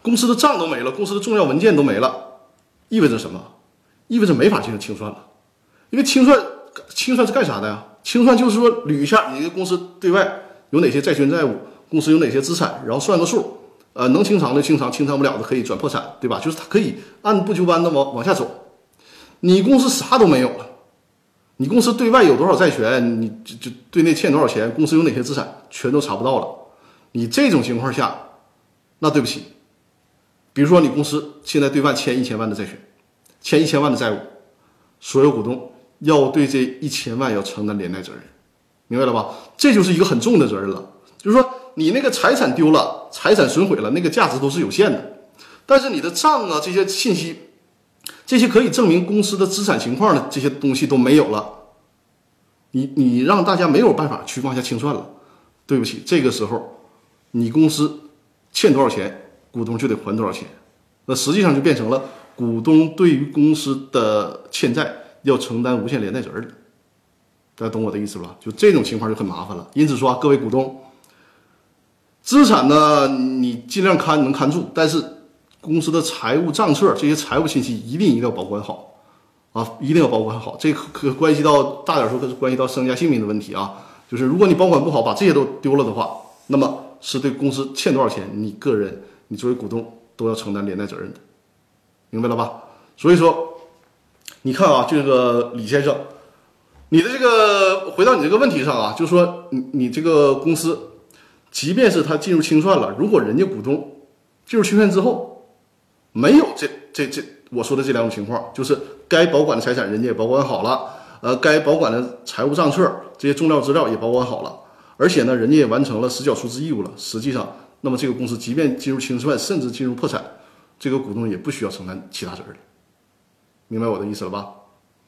公司的账都没了，公司的重要文件都没了，意味着什么？意味着没法进行清算了。因为清算是干啥的呀？清算就是说捋一下你的公司对外有哪些债权债务，公司有哪些资产，然后算个数，能清偿的清偿，清偿不了的可以转破产，对吧？就是它可以按部就班的往下走。你公司啥都没有了，你公司对外有多少债权，你就对内欠多少钱，公司有哪些资产，全都查不到了。你这种情况下，那对不起，比如说你公司现在对外欠1000万的债权，欠1000万的债务，所有股东要对这1000万要承担连带责任，明白了吧？这就是一个很重的责任了。就是说你那个财产丢了，财产损毁了，那个价值都是有限的，但是你的账啊，这些信息，这些可以证明公司的资产情况的这些东西都没有了，你让大家没有办法去往下清算了。对不起，这个时候你公司欠多少钱，股东就得还多少钱，那实际上就变成了股东对于公司的欠债要承担无限连带责任。大家懂我的意思吧？就这种情况就很麻烦了。因此说各位股东，资产呢你尽量能看住，但是公司的财务账册这些财务信息一定要保管好啊，一定要保管好。这可关系到大点说，可是关系到身家性命的问题啊。就是如果你保管不好，把这些都丢了的话，那么是对公司欠多少钱，你个人你作为股东都要承担连带责任的，明白了吧？所以说你看啊，这个李先生，你的这个回到你这个问题上啊，就是说你这个公司，即便是他进入清算了，如果人家股东进入清算之后没有这我说的这两种情况，就是该保管的财产人家也保管好了，该保管的财务账册这些重要资料也保管好了，而且呢人家也完成了实缴出资义务了，实际上那么这个公司即便进入清算甚至进入破产，这个股东也不需要承担其他责任，明白我的意思了吧？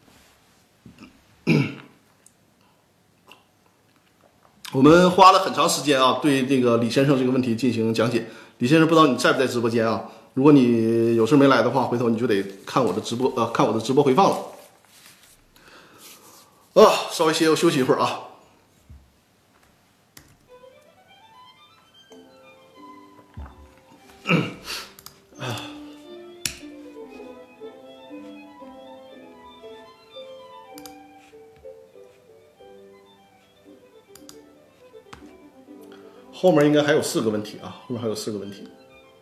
我们花了很长时间啊，对这个李先生这个问题进行讲解。李先生不知道你在不在直播间啊？如果你有事没来的话，回头你就得看我的直播，看我的直播回放了。稍微休息一会儿啊。后面应该还有4个问题啊，后面还有4个问题。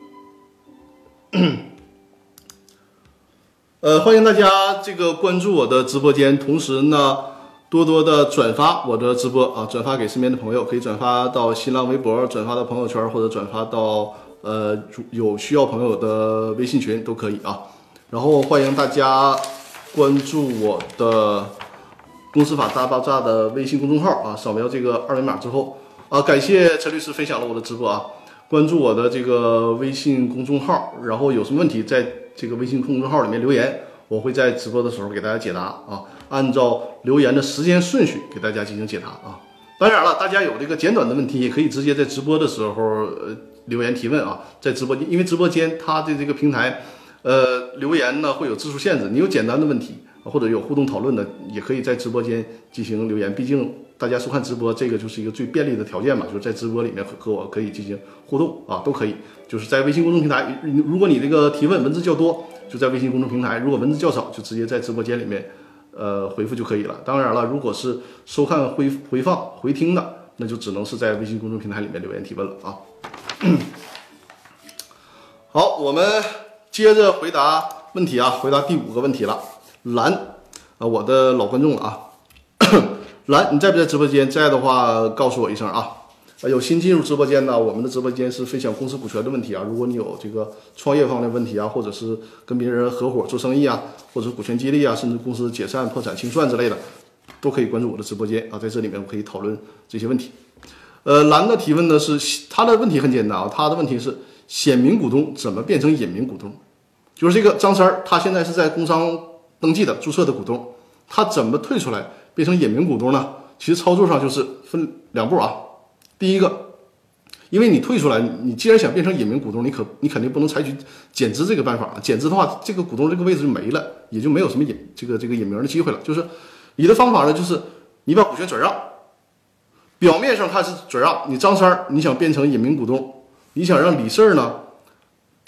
欢迎大家这个关注我的直播间，同时呢多多的转发我的直播啊，转发给身边的朋友，可以转发到新浪微博，转发到朋友圈，或者转发到有需要朋友的微信群都可以啊。然后欢迎大家关注我的公司法大爆炸的微信公众号啊，扫描这个2维码之后感谢陈律师分享了我的直播啊，关注我的这个微信公众号，然后有什么问题在这个微信公众号里面留言，我会在直播的时候给大家解答啊，按照留言的时间顺序给大家进行解答啊。当然了，大家有这个简短的问题，也可以直接在直播的时候留言提问啊，在直播间，因为直播间它的这个平台留言呢会有字数限制，你有简单的问题或者有互动讨论的，也可以在直播间进行留言，毕竟大家收看直播，这个就是一个最便利的条件嘛，就是在直播里面和我可以进行互动啊，都可以。就是在微信公众平台，如果你这个提问文字较多，就在微信公众平台；如果文字较少，就直接在直播间里面回复就可以了。当然了，如果是收看回放回听的，那就只能是在微信公众平台里面留言提问了啊。好，我们接着回答问题啊，回答第5个问题了。蓝我的老观众了啊。蓝，你在不在直播间？在的话告诉我一声啊。有新进入直播间呢，我们的直播间是分享公司股权的问题啊。如果你有这个创业方面的问题啊，或者是跟别人合伙做生意啊，或者股权激励啊，甚至公司解散、破产、清算之类的，都可以关注我的直播间啊。在这里面我可以讨论这些问题。蓝的提问呢是他的问题很简单啊，他的问题是显名股东怎么变成隐名股东？就是这个张三他现在是在工商登记的注册的股东，他怎么退出来变成隐名股东呢？其实操作上就是分2步啊。第一个，因为你退出来，你既然想变成隐名股东，你肯定不能采取减资这个办法，减资的话，这个股东这个位置就没了，也就没有什么这个隐名的机会了。就是你的方法呢，就是你把股权转让，表面上它是转让，你张三你想变成隐名股东，你想让李四呢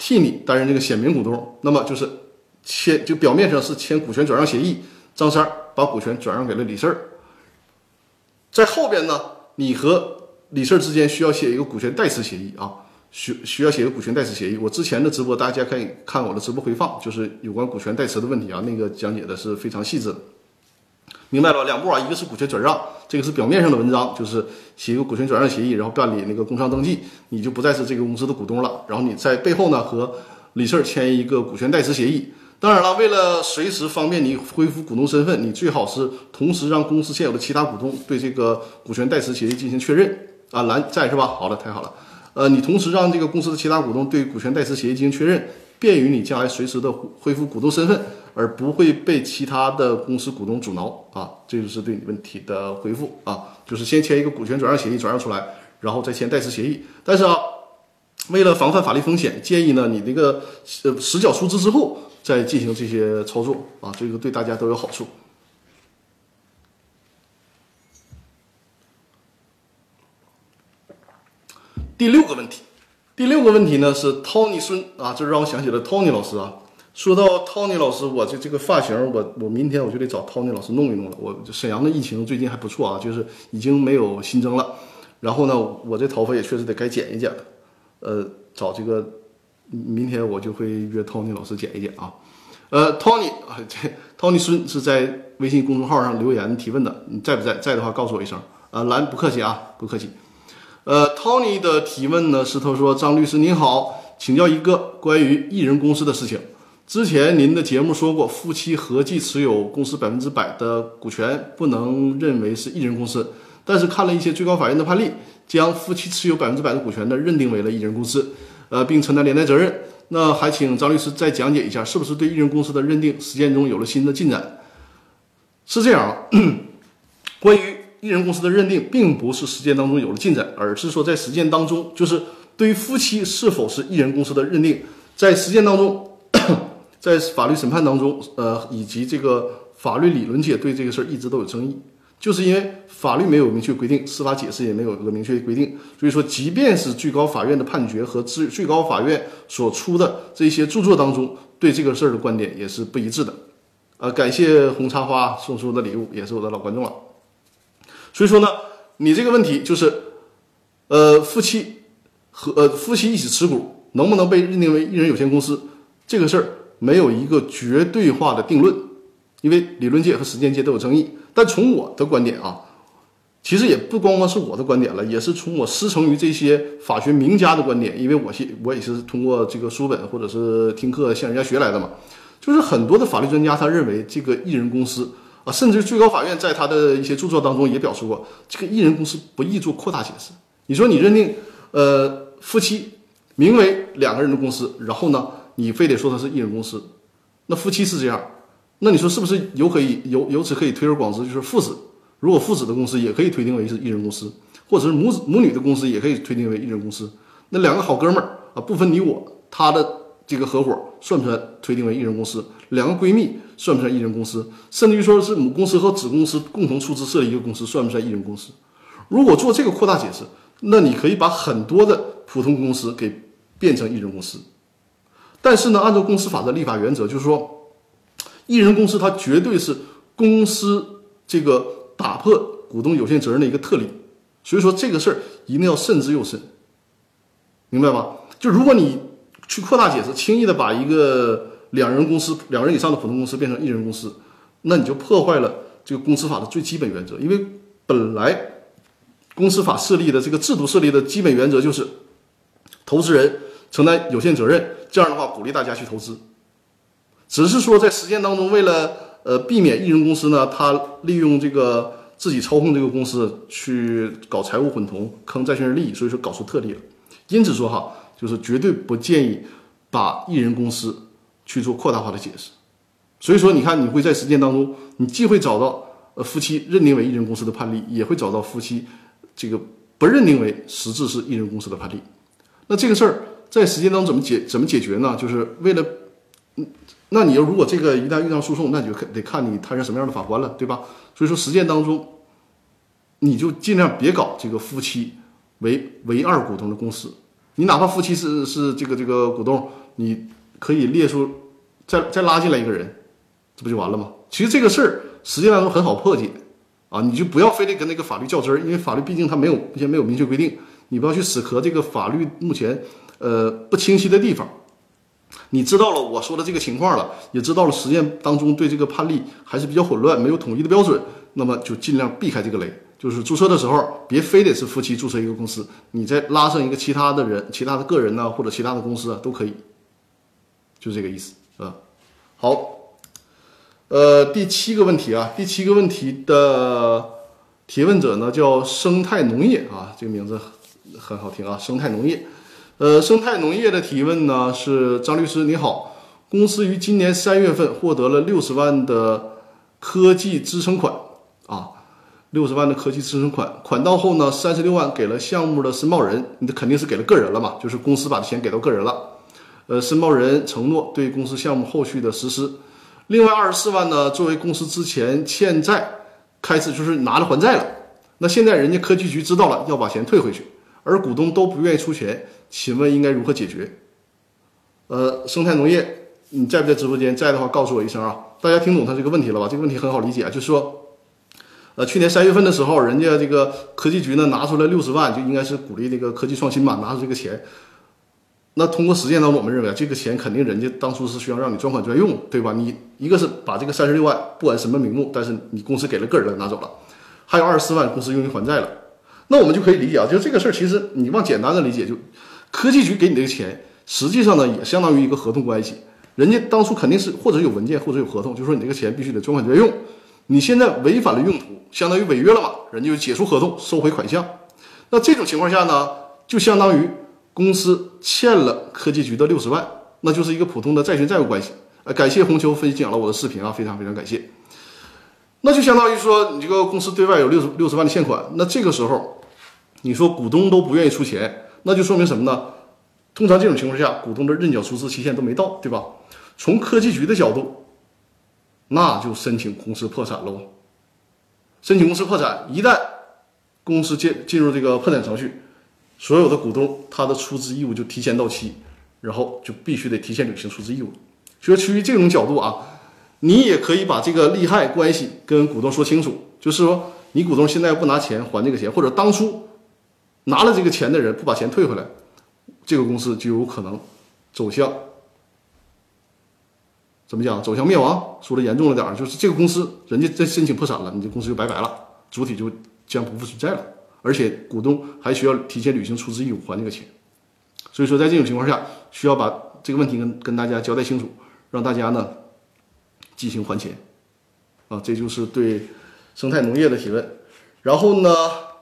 替你担任这个显名股东，那么就是就表面上是签股权转让协议，张三把股权转让给了李四，在后边呢，你和李四之间需要写一个股权代持协议啊，需要写一个股权代持协议。我之前的直播大家可以看我的直播回放，就是有关股权代持的问题啊，那个讲解的是非常细致的。明白了，两步啊，一个是股权转让，这个是表面上的文章，就是写一个股权转让协议，然后办理那个工商登记，你就不再是这个公司的股东了。然后你在背后呢和李四签一个股权代持协议。当然了，为了随时方便你恢复股东身份，你最好是同时让公司现有的其他股东对这个股权代持协议进行确认啊。蓝在是吧？好了，太好了。你同时让这个公司的其他股东对股权代持协议进行确认，便于你将来随时的恢复股东身份，而不会被其他的公司股东阻挠啊。这就是对你问题的回复啊，就是先签一个股权转让协议，转让出来，然后再签代持协议。但是啊，为了防范法律风险，建议呢你这个实缴出资之后再进行这些操作啊，这个对大家都有好处。第六个问题呢是 Tony 孙啊，这让我想起了 Tony 老师啊。说到 Tony 老师，我这个发型，我明天我就得找 Tony 老师弄一弄了。我沈阳的疫情最近还不错啊，就是已经没有新增了。然后呢，我这头发也确实得该剪一剪了。找这个明天我就会约 Tony 老师剪一剪啊。Tony 孙是在微信公众号上留言提问的，你在不在？在的话告诉我一声。蓝不客气啊，不客气。Tony 的提问呢是他说：张律师您好，请教一个关于一人公司的事情。之前您的节目说过，夫妻合计持有公司100%的股权不能认为是一人公司，但是看了一些最高法院的判例，将夫妻持有100%的股权呢认定为了一人公司，并承担连带责任。那还请张律师再讲解一下，是不是对一人公司的认定实践中有了新的进展？是这样，关于一人公司的认定，并不是实践当中有了进展，而是说在实践当中，就是对于夫妻是否是一人公司的认定，在实践当中，在法律审判当中，以及这个法律理论界对这个事儿一直都有争议，就是因为法律没有明确规定，司法解释也没有一个明确规定，所以说即便是最高法院的判决和最高法院所出的这些著作当中，对这个事儿的观点也是不一致的。感谢红茶花送出的礼物，也是我的老观众了。所以说呢，你这个问题就是，夫妻一起持股能不能被认定为一人有限公司，这个事儿没有一个绝对化的定论，因为理论界和实践界都有争议。但从我的观点啊，其实也不光光是我的观点了，也是从我师承于这些法学名家的观点，因为我也是通过这个书本或者是听课向人家学来的嘛。就是很多的法律专家他认为这个一人公司啊，甚至最高法院在他的一些著作当中也表示过，这个一人公司不宜做扩大解释。你说你认定夫妻名为两个人的公司，然后呢你非得说它是一人公司，那夫妻是这样，那你说是不是由此可以推而广之，就是父子，如果父子的公司也可以推定为是一人公司，或者是母女的公司也可以推定为一人公司。那两个好哥们儿啊，不分你我，他的这个合伙算不算推定为一人公司？两个闺蜜算不算一人公司？甚至于说是母公司和子公司共同出资设立一个公司，算不算一人公司？如果做这个扩大解释，那你可以把很多的普通公司给变成一人公司。但是呢，按照公司法的立法原则，就是说，一人公司它绝对是公司这个打破股东有限责任的一个特例。所以说这个事儿一定要慎之又慎，明白吧？就如果你去扩大解释，轻易的把一个两人以上的普通公司变成一人公司，那你就破坏了这个公司法的最基本原则。因为本来公司法设立的这个制度设立的基本原则就是投资人承担有限责任，这样的话鼓励大家去投资。只是说在实践当中，为了避免一人公司呢，他利用这个自己操控这个公司去搞财务混同，坑债权人利益，所以说搞出特例了。因此说哈，就是绝对不建议把一人公司去做扩大化的解释。所以说你看，你会在实践当中，你既会找到夫妻认定为一人公司的判例，也会找到夫妻这个不认定为实质是一人公司的判例。那这个事儿在实践当中怎么解决呢？就是为了，那你如果这个一旦遇到诉讼，那你就得看你摊上什么样的法官了，对吧？所以说实践当中，你就尽量别搞这个夫妻为二股东的公司。你哪怕夫妻是这个股东， 你可以列出再拉进来一个人，这不就完了吗？其实这个事儿实际上很好破解啊，你就不要非得跟那个法律较真儿，因为法律毕竟它目前没有明确规定，你不要去死磕这个法律目前不清晰的地方。你知道了我说的这个情况了，也知道了实践当中对这个判例还是比较混乱，没有统一的标准，那么就尽量避开这个雷。就是注册的时候，别非得是夫妻注册一个公司，你再拉上一个其他的人、其他的个人呢，或者其他的公司啊，都可以，就这个意思啊。好，第七个问题啊，第七个问题的提问者呢叫生态农业啊，这个名字很好听啊，生态农业。生态农业的提问呢是张律师你好，公司于今年3月份获得了60万的科技支撑款啊，60万的科技支撑款，款到后呢36万给了项目的申报人，你这肯定是给了个人了嘛，就是公司把钱给到个人了。申报人承诺对公司项目后续的实施。另外24万呢，作为公司之前欠债开始就是拿着还债了，那现在人家科技局知道了要把钱退回去，而股东都不愿意出钱，请问应该如何解决？生态农业，你在不在直播间？在的话告诉我一声啊。大家听懂他这个问题了吧？这个问题很好理解啊，就是说，去年3月份的时候，人家这个科技局呢拿出来60万，就应该是鼓励这个科技创新嘛，拿出这个钱。那通过实践当中，我们认为这个钱肯定人家当初是需要让你专款专用，对吧？你一个是把这个36万不管什么名目，但是你公司给了个人了拿走了，还有24万公司用于还债了。那我们就可以理解啊，就这个事儿，其实你往简单的理解，就科技局给你这个钱，实际上呢也相当于一个合同关系，人家当初肯定是或者有文件或者有合同，就说你这个钱必须得专款专用，你现在违反了用途，相当于违约了嘛，人家就解除合同，收回款项。那这种情况下呢，就相当于公司欠了科技局的60万，那就是一个普通的债权债务关系。感谢红球分享了我的视频啊，非常非常感谢。那就相当于说，你这个公司对外有60万的欠款，那这个时候，你说股东都不愿意出钱，那就说明什么呢？通常这种情况下，股东的认缴出资期限都没到，对吧？从科技局的角度，那就申请公司破产喽。申请公司破产，一旦公司进入这个破产程序，所有的股东他的出资义务就提前到期，然后就必须得提前履行出资义务。所以基于这种角度啊，你也可以把这个利害关系跟股东说清楚，就是说你股东现在不拿钱还这个钱，或者当初拿了这个钱的人不把钱退回来，这个公司就有可能走向怎么讲？走向灭亡。说的严重了点，就是这个公司人家在申请破产了，你这公司就拜拜了，主体就将不复存在了，而且股东还需要提前履行出资义务还这个钱。所以说在这种情况下，需要把这个问题跟大家交代清楚，让大家呢进行还钱啊，这就是对生态农业的提问。然后呢，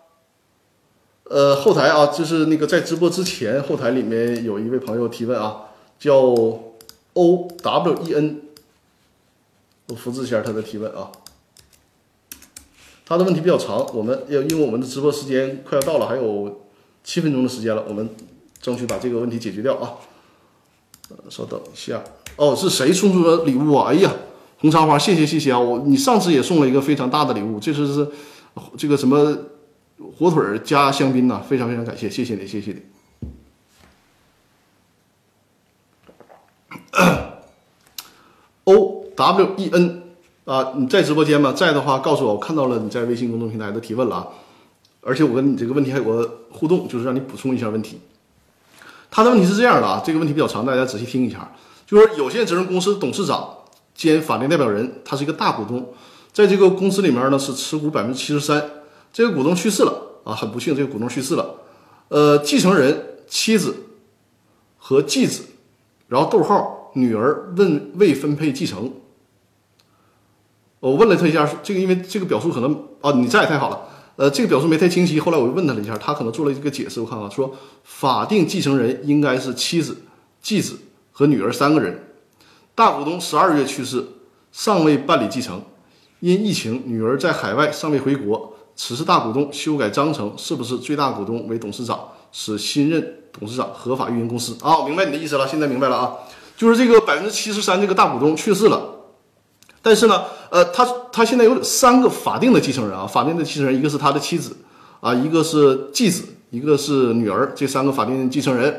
后台啊，就是那个在直播之前，后台里面有一位朋友提问啊，叫 OWEN， 我复制一下他的提问啊。他的问题比较长，因为我们的直播时间快要到了，还有7分钟的时间了，我们争取把这个问题解决掉啊。稍等一下，哦，是谁送出的礼物啊？哎呀，红茶花，谢谢啊！你上次也送了一个非常大的礼物，这次是这个什么火腿加香槟呐，非常非常感谢，谢谢你。OWEN 啊，你在直播间吗？在的话告诉我，我看到了你在微信公众平台的提问了啊，而且我跟你这个问题还有个互动，就是让你补充一下问题。他的问题是这样的啊，这个问题比较长，大家仔细听一下。就是有限责任公司董事长兼法定代表人，他是一个大股东，在这个公司里面呢是持股73%。这个股东去世了啊，很不幸，这个股东去世了。继承人妻子和继子，然后逗号女儿未分配继承。我问了他一下，这个因为这个表述可能啊你在太好了。这个表述没太清晰，后来我又问他了一下，他可能做了一个解释。我看看，说法定继承人应该是妻子、继子和女儿3个人。大股东12月去世，尚未办理继承，因疫情，女儿在海外尚未回国。此次大股东修改章程，是不是最大股东为董事长，使新任董事长合法运营公司？啊，我明白你的意思了，现在明白了啊，就是这个73%这个大股东去世了。但是呢，他现在有3个法定的继承人啊，法定的继承人一个是他的妻子啊，一个是继子，一个是女儿，这3个法定继承人。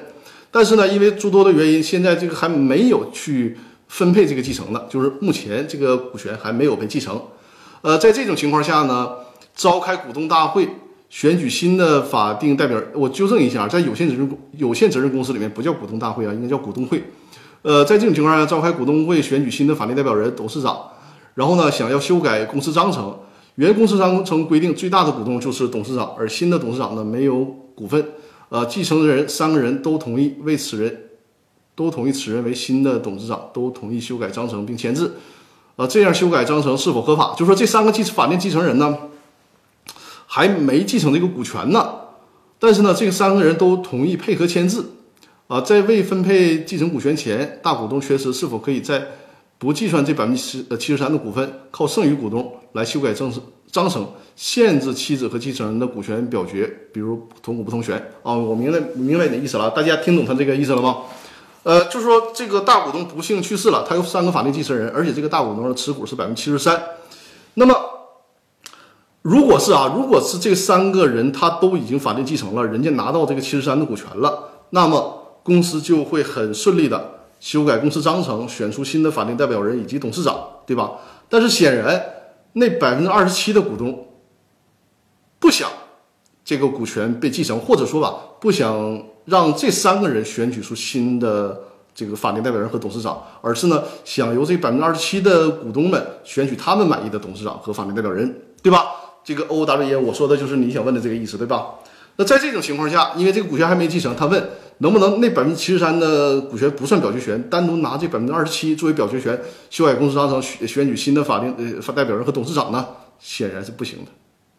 但是呢，因为诸多的原因，现在这个还没有去分配这个继承的，就是目前这个股权还没有被继承。在这种情况下呢，召开股东大会，选举新的法定代表人。我纠正一下，在有限责任公司里面不叫股东大会啊，应该叫股东会。在这种情况下，召开股东会，选举新的法定代表人、董事长，然后呢，想要修改公司章程。原公司章程规定，最大的股东就是董事长，而新的董事长呢没有股份。继承人3个人都同意此人为新的董事长，都同意修改章程并签字。这样修改章程是否合法？就是说这3个法定继承人呢，还没继承这个股权呢，但是呢，这个3个人都同意配合签字。在未分配继承股权前，大股东缺失是否可以在不计算这73%的股份，靠剩余股东来修改章程，限制妻子和继承人的股权表决，比如同股不同权我明白你的意思了，大家听懂他这个意思了吗？就是说这个大股东不幸去世了，他有3个法定继承人，而且这个大股东的持股是73%。那么如果是这3个人他都已经法定继承了，人家拿到这个73%的股权了，那么公司就会很顺利的修改公司章程，选出新的法定代表人以及董事长，对吧？但是显然那27%的股东不想这个股权被继承，或者说吧，不想让这3个人选举出新的这个法定代表人和董事长，而是呢想由这27%的股东们选举他们满意的董事长和法定代表人，对吧？这个 OWA 我说的就是你想问的这个意思，对吧？那在这种情况下，因为这个股权还没继承，他问能不能那73%的股权不算表决权，单独拿这27%作为表决权，修改公司章程，选举新的法定代表人和董事长呢？显然是不行的，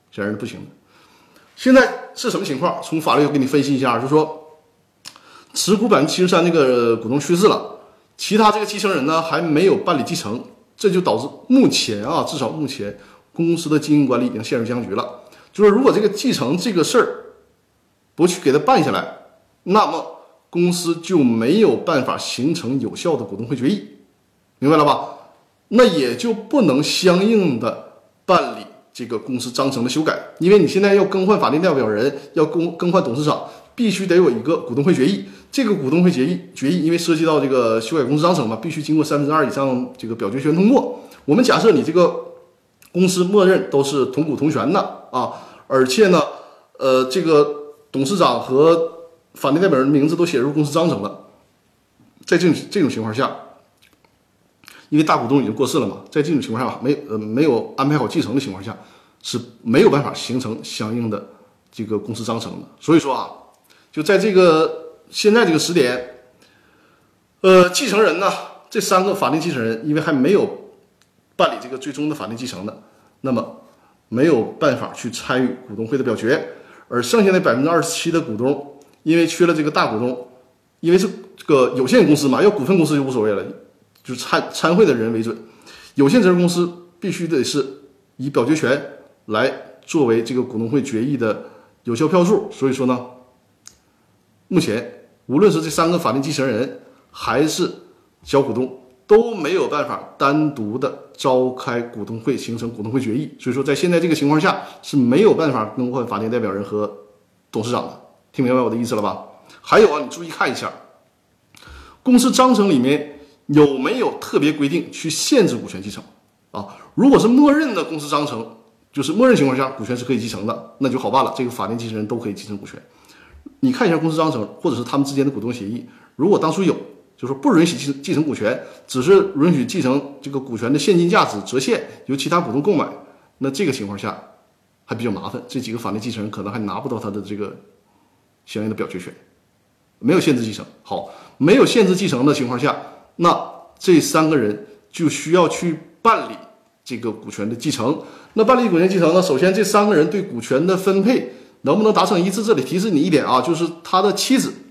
现在是什么情况？从法律给你分析一下，就是说，持股73%那个股东去世了，其他这个继承人呢还没有办理继承，这就导致目前至少目前公司的经营管理已经陷入僵局了。就是如果这个继承这个事儿不去给他办下来，那么公司就没有办法形成有效的股东会决议，明白了吧？那也就不能相应的办理这个公司章程的修改，因为你现在要更换法定代表人，要更换董事长，必须得有一个股东会决议。这个股东会决议，因为涉及到这个修改公司章程嘛，必须经过2/3以上这个表决权通过。我们假设你这个公司默认都是同股同权的而且呢，这个董事长和法定代表人的名字都写入公司章程了，在这种情况下，因为大股东已经过世了嘛，在这种情况下没有安排好继承的情况下，是没有办法形成相应的这个公司章程的。所以说就在这个现在这个时点，继承人呢，这3个法定继承人因为还没有办理这个最终的法定继承的，那么没有办法去参与股东会的表决。而剩下的27%的股东，因为缺了这个大股东，因为是这个有限公司嘛，要股份公司就无所谓了，就参会的人为准。有限责任公司必须得是以表决权来作为这个股东会决议的有效票数。所以说呢，目前无论是这3个法定继承人还是小股东，都没有办法单独的召开股东会形成股东会决议，所以说在现在这个情况下是没有办法更换法定代表人和董事长的。听明白我的意思了吧？还有你注意看一下公司章程里面有没有特别规定去限制股权继承如果是默认的公司章程，就是默认情况下股权是可以继承的，那就好办了，这个法定继承人都可以继承股权。你看一下公司章程或者是他们之间的股东协议，如果当初有就是说不允许继承股权，只是允许继承这个股权的现金价值折现由其他股东购买，那这个情况下还比较麻烦，这几个法定继承人可能还拿不到他的这个相应的表决权。没有限制继承，没有限制继承的情况下，那这3个人就需要去办理这个股权的继承。那办理股权继承呢，首先这3个人对股权的分配能不能达成一致？这里提示你一点就是他的妻子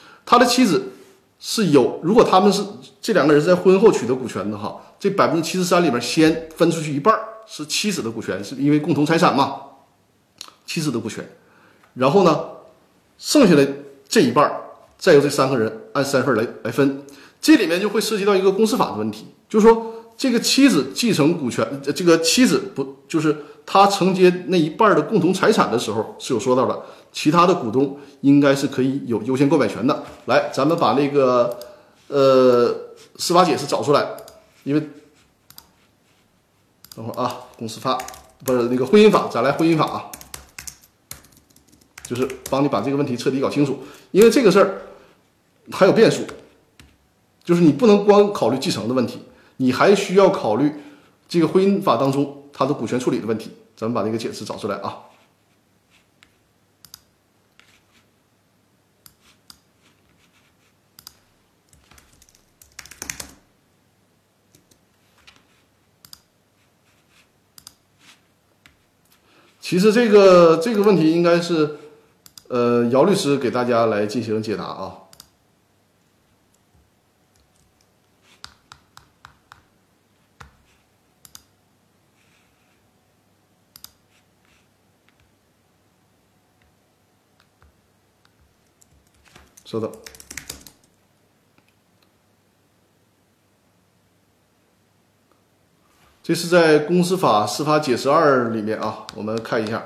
是有，如果他们是这2个人是在婚后取得股权的这73%里面先分出去一半是妻子的股权，是因为共同财产嘛，妻子的股权，然后呢，剩下的这一半再由这3个人按3份来分。这里面就会涉及到一个公司法的问题，就是说这个妻子继承股权，这个妻子不就是他承接那一半的共同财产的时候是有说到的，其他的股东应该是可以有优先购买权的。来，咱们把那个司法解释找出来，因为等会儿啊，公司法不是那个婚姻法，咱来婚姻法啊，就是帮你把这个问题彻底搞清楚，因为这个事儿还有变数，就是你不能光考虑继承的问题。你还需要考虑这个婚姻法当中它的股权处理的问题，咱们把这个解释找出来啊。其实这个问题应该是姚律师给大家来进行解答啊。稍等，这是在公司法司法解释2里面啊，我们看一下。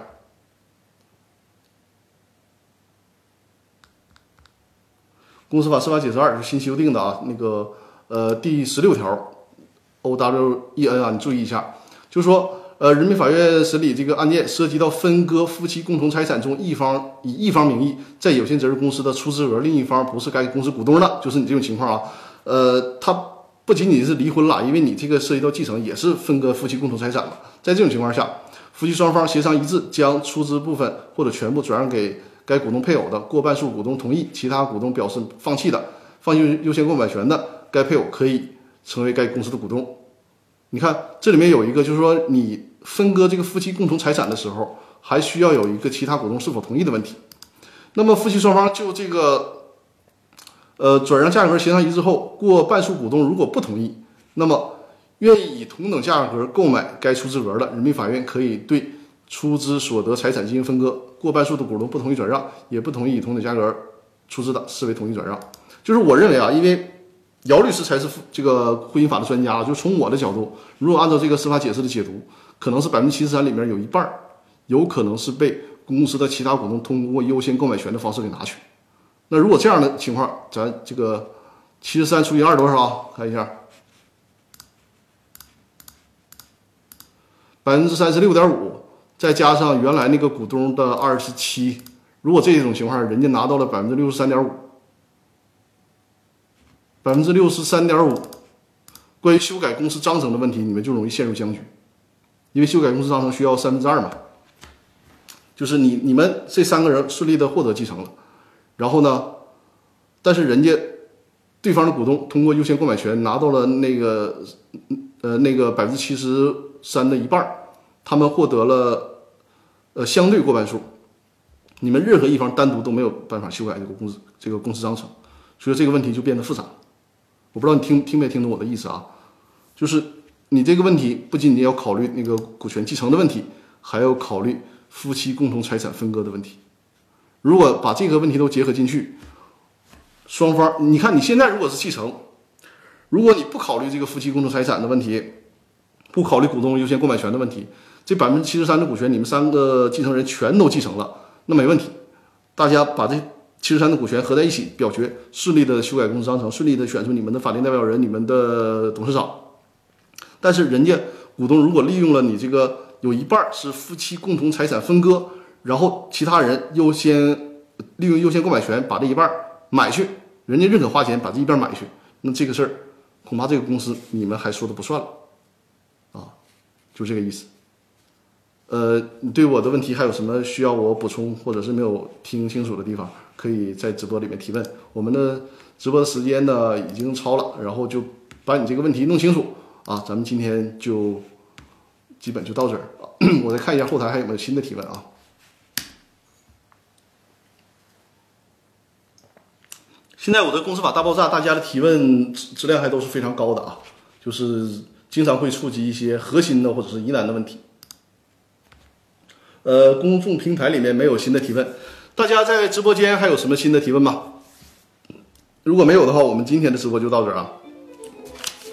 公司法司法解释2是新修订的啊，那个第16条 OWEN 啊，你注意一下，就是说人民法院审理这个案件涉及到分割夫妻共同财产中一方以一方名义在有限责任公司的出资额，另一方不是该公司股东的，就是你这种情况啊。它不仅仅是离婚了，因为你这个涉及到继承，也是分割夫妻共同财产了。在这种情况下，夫妻双方协商一致，将出资部分或者全部转让给该股东配偶的，过半数股东同意，其他股东表示放弃优先购买权的，该配偶可以成为该公司的股东。你看这里面有一个，就是说你分割这个夫妻共同财产的时候，还需要有一个其他股东是否同意的问题。那么夫妻双方就这个转让价格协商一致后，过半数股东如果不同意，那么愿意以同等价格购买该出资额的，人民法院可以对出资所得财产进行分割。过半数的股东不同意转让，也不同意以同等价格出资的，视为同意转让。就是我认为啊，因为姚律师才是这个婚姻法的专家，就从我的角度，如果按照这个司法解释的解读，可能是73%里面有一半有可能是被公司的其他股东通过优先购买权的方式给拿去。那如果这样的情况，咱这个73除以2多少啊？看一下，36.5%，再加上原来那个股东的27%，如果这种情况，人家拿到了63.5%，63.5%。关于修改公司章程的问题，你们就容易陷入僵局，因为修改公司章程需要2/3嘛，就是你们这3个人顺利的获得继承了，然后呢，但是人家对方的股东通过优先购买权拿到了那个73%的一半，他们获得了相对过半数，你们任何一方单独都没有办法修改这个公司章程，所以这个问题就变得复杂。我不知道你听没听懂我的意思啊？就是你这个问题不仅仅要考虑那个股权继承的问题，还要考虑夫妻共同财产分割的问题。如果把这个问题都结合进去，双方你看你现在如果是继承，如果你不考虑这个夫妻共同财产的问题，不考虑股东优先购买权的问题，这73%的股权你们3个继承人全都继承了，那没问题。大家把这73%的股权合在一起表决，顺利的修改公司章程，顺利的选出你们的法定代表人、你们的董事长。但是人家股东如果利用了你这个有一半是夫妻共同财产分割，然后其他人利用优先购买权把这一半买去，人家认可花钱把这一半买去，那这个事儿恐怕这个公司你们还说的不算了啊，就这个意思。你对我的问题还有什么需要我补充或者是没有听清楚的地方，可以在直播里面提问。我们的直播的时间呢已经超了，然后就把你这个问题弄清楚啊。咱们今天就基本就到这儿啊。我再看一下后台还有没有新的提问啊。现在我的公司法大爆炸，大家的提问质量还都是非常高的啊，就是经常会触及一些核心的或者是疑难的问题。公众平台里面没有新的提问，大家在直播间还有什么新的提问吗？如果没有的话，我们今天的直播就到这儿啊。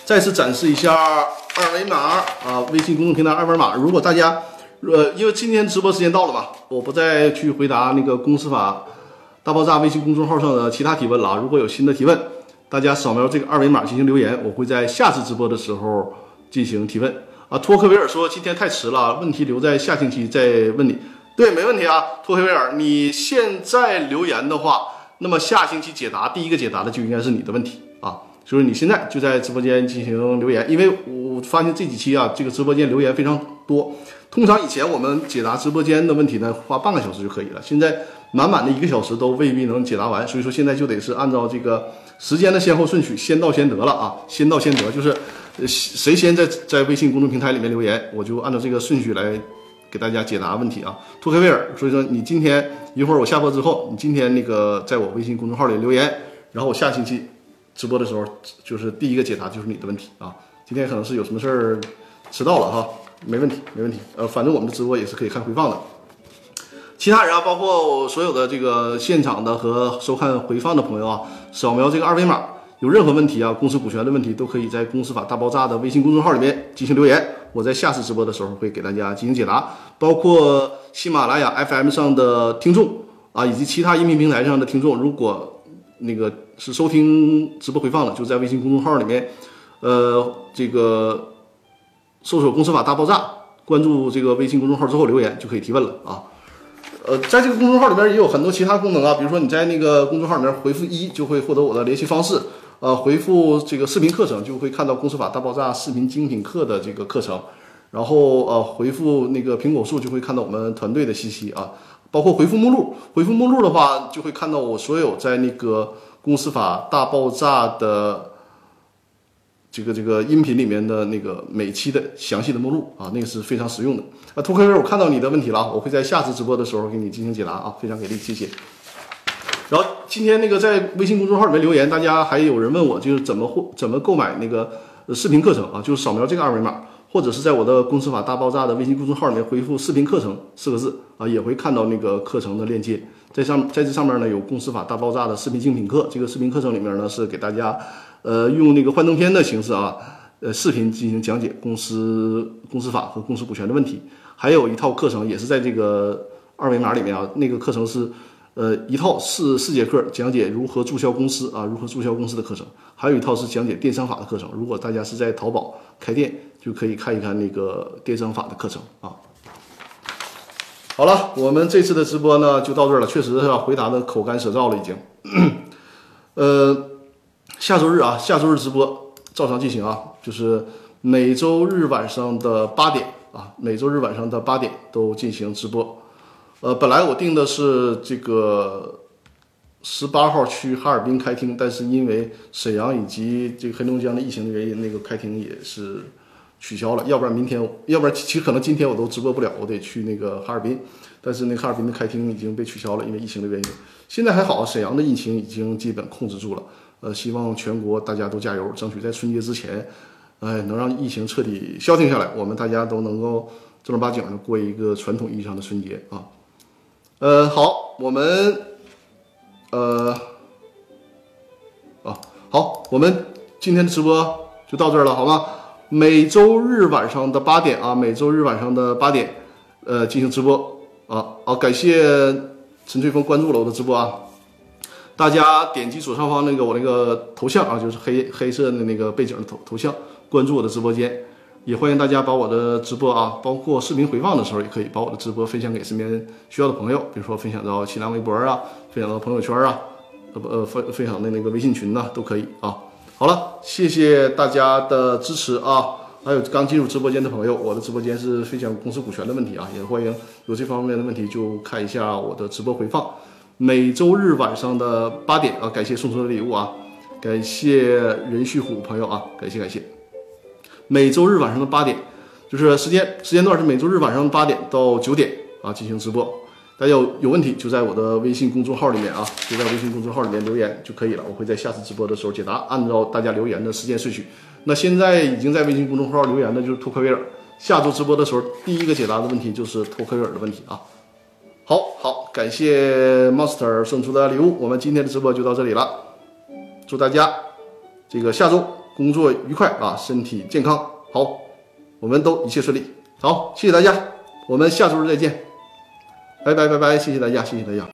再次展示一下二维码啊，微信公众平台二维码。如果大家因为今天直播时间到了嘛，我不再去回答那个公司法大爆炸微信公众号上的其他提问了啊。如果有新的提问，大家扫描这个二维码进行留言，我会在下次直播的时候进行提问啊。托克维尔说今天太迟了，问题留在下星期再问你。对，没问题啊，托克维尔，你现在留言的话，那么下星期解答第一个解答的就应该是你的问题啊。所以你现在就在直播间进行留言，因为我发现这几期啊，这个直播间留言非常多。通常以前我们解答直播间的问题呢，花半个小时就可以了，现在满满的1个小时都未必能解答完，所以说现在就得是按照这个时间的先后顺序，先到先得了啊，先到先得，就是谁先在微信公众平台里面留言，我就按照这个顺序来给大家解答问题啊。托克维尔，所以说你今天一会儿我下播之后，你今天那个在我微信公众号里留言，然后我下星期直播的时候就是第一个解答就是你的问题啊。今天可能是有什么事儿迟到了哈，没问题没问题，反正我们的直播也是可以看回放的。其他人啊，包括所有的这个现场的和收看回放的朋友啊，扫描这个二维码，有任何问题啊，公司股权的问题都可以在公司法大爆炸的微信公众号里面进行留言，我在下次直播的时候会给大家进行解答。包括喜马拉雅 FM 上的听众啊，以及其他音频平台上的听众，如果那个是收听直播回放的，就在微信公众号里面，这个搜索公司法大爆炸，关注这个微信公众号之后留言就可以提问了啊。在这个公众号里边也有很多其他功能啊，比如说你在那个公众号里面回复1就会获得我的联系方式，回复这个视频课程就会看到公司法大爆炸视频精品课的这个课程，然后回复那个苹果树就会看到我们团队的信息啊，包括回复目录，回复目录的话就会看到我所有在那个公司法大爆炸的这个音频里面的那个每期的详细的目录啊，那个是非常实用的。托克维尔，我看到你的问题了，我会在下次直播的时候给你进行解答啊，非常给力，谢谢。然后今天那个在微信公众号里面留言，大家还有人问我就是怎么购买那个视频课程啊，就是扫描这个二维码，或者是在我的公司法大爆炸的微信公众号里面回复视频课程4个字啊，也会看到那个课程的链接。在这上面呢有公司法大爆炸的视频精品课，这个视频课程里面呢是给大家用那个幻灯片的形式啊，视频进行讲解公司法和公司股权的问题。还有一套课程也是在这个二维码里面啊，那个课程是一套4节课，讲解如何注销公司啊，如何注销公司的课程。还有一套是讲解电商法的课程，如果大家是在淘宝开店，就可以看一看那个电商法的课程啊。好了，我们这次的直播呢就到这儿了，确实是回答的口干舌燥了已经。下周日直播照常进行啊，就是每周日晚上的8点啊，每周日晚上的8点都进行直播。本来我定的是这个18号去哈尔滨开庭，但是因为沈阳以及这个黑龙江的疫情的原因，那个开庭也是取消了。要不然其实可能今天我都直播不了，我得去那个哈尔滨，但是那个哈尔滨的开庭已经被取消了，因为疫情的原因。现在还好，沈阳的疫情已经基本控制住了。希望全国大家都加油，争取在春节之前，能让疫情彻底消停下来，我们大家都能够正儿八经的过一个传统意义上的春节啊。好，我们好，我们今天的直播就到这儿了，好吗？每周日晚上的8点啊，每周日晚上的8点，进行直播啊。好，感谢陈翠峰关注了我的直播啊。大家点击左上方那个我那个头像啊，就是黑色的那个背景的头像，关注我的直播间。也欢迎大家把我的直播啊，包括视频回放的时候，也可以把我的直播分享给身边需要的朋友，比如说分享到新浪微博啊，分享到朋友圈啊，分享的那个微信群呐，都可以啊。好了，谢谢大家的支持啊！还有刚进入直播间的朋友，我的直播间是分享公司股权的问题啊，也欢迎有这方面的问题就看一下我的直播回放。每周日晚上的8点啊，感谢送出的礼物啊，感谢任旭虎朋友啊，感谢。每周日晚上的8点，就是时间段是每周日晚上8点到9点啊进行直播。大家有问题就在我的微信公众号里面啊，就在微信公众号里面留言就可以了，我会在下次直播的时候解答，按照大家留言的时间顺序。那现在已经在微信公众号留言的就是托克维尔，下周直播的时候第一个解答的问题就是托克维尔的问题啊。好，感谢 Monster 送出的礼物，我们今天的直播就到这里了，祝大家这个下周工作愉快啊，身体健康。好，我们都一切顺利。好，谢谢大家，我们下周再见。拜拜拜拜，谢谢大家，谢谢大家。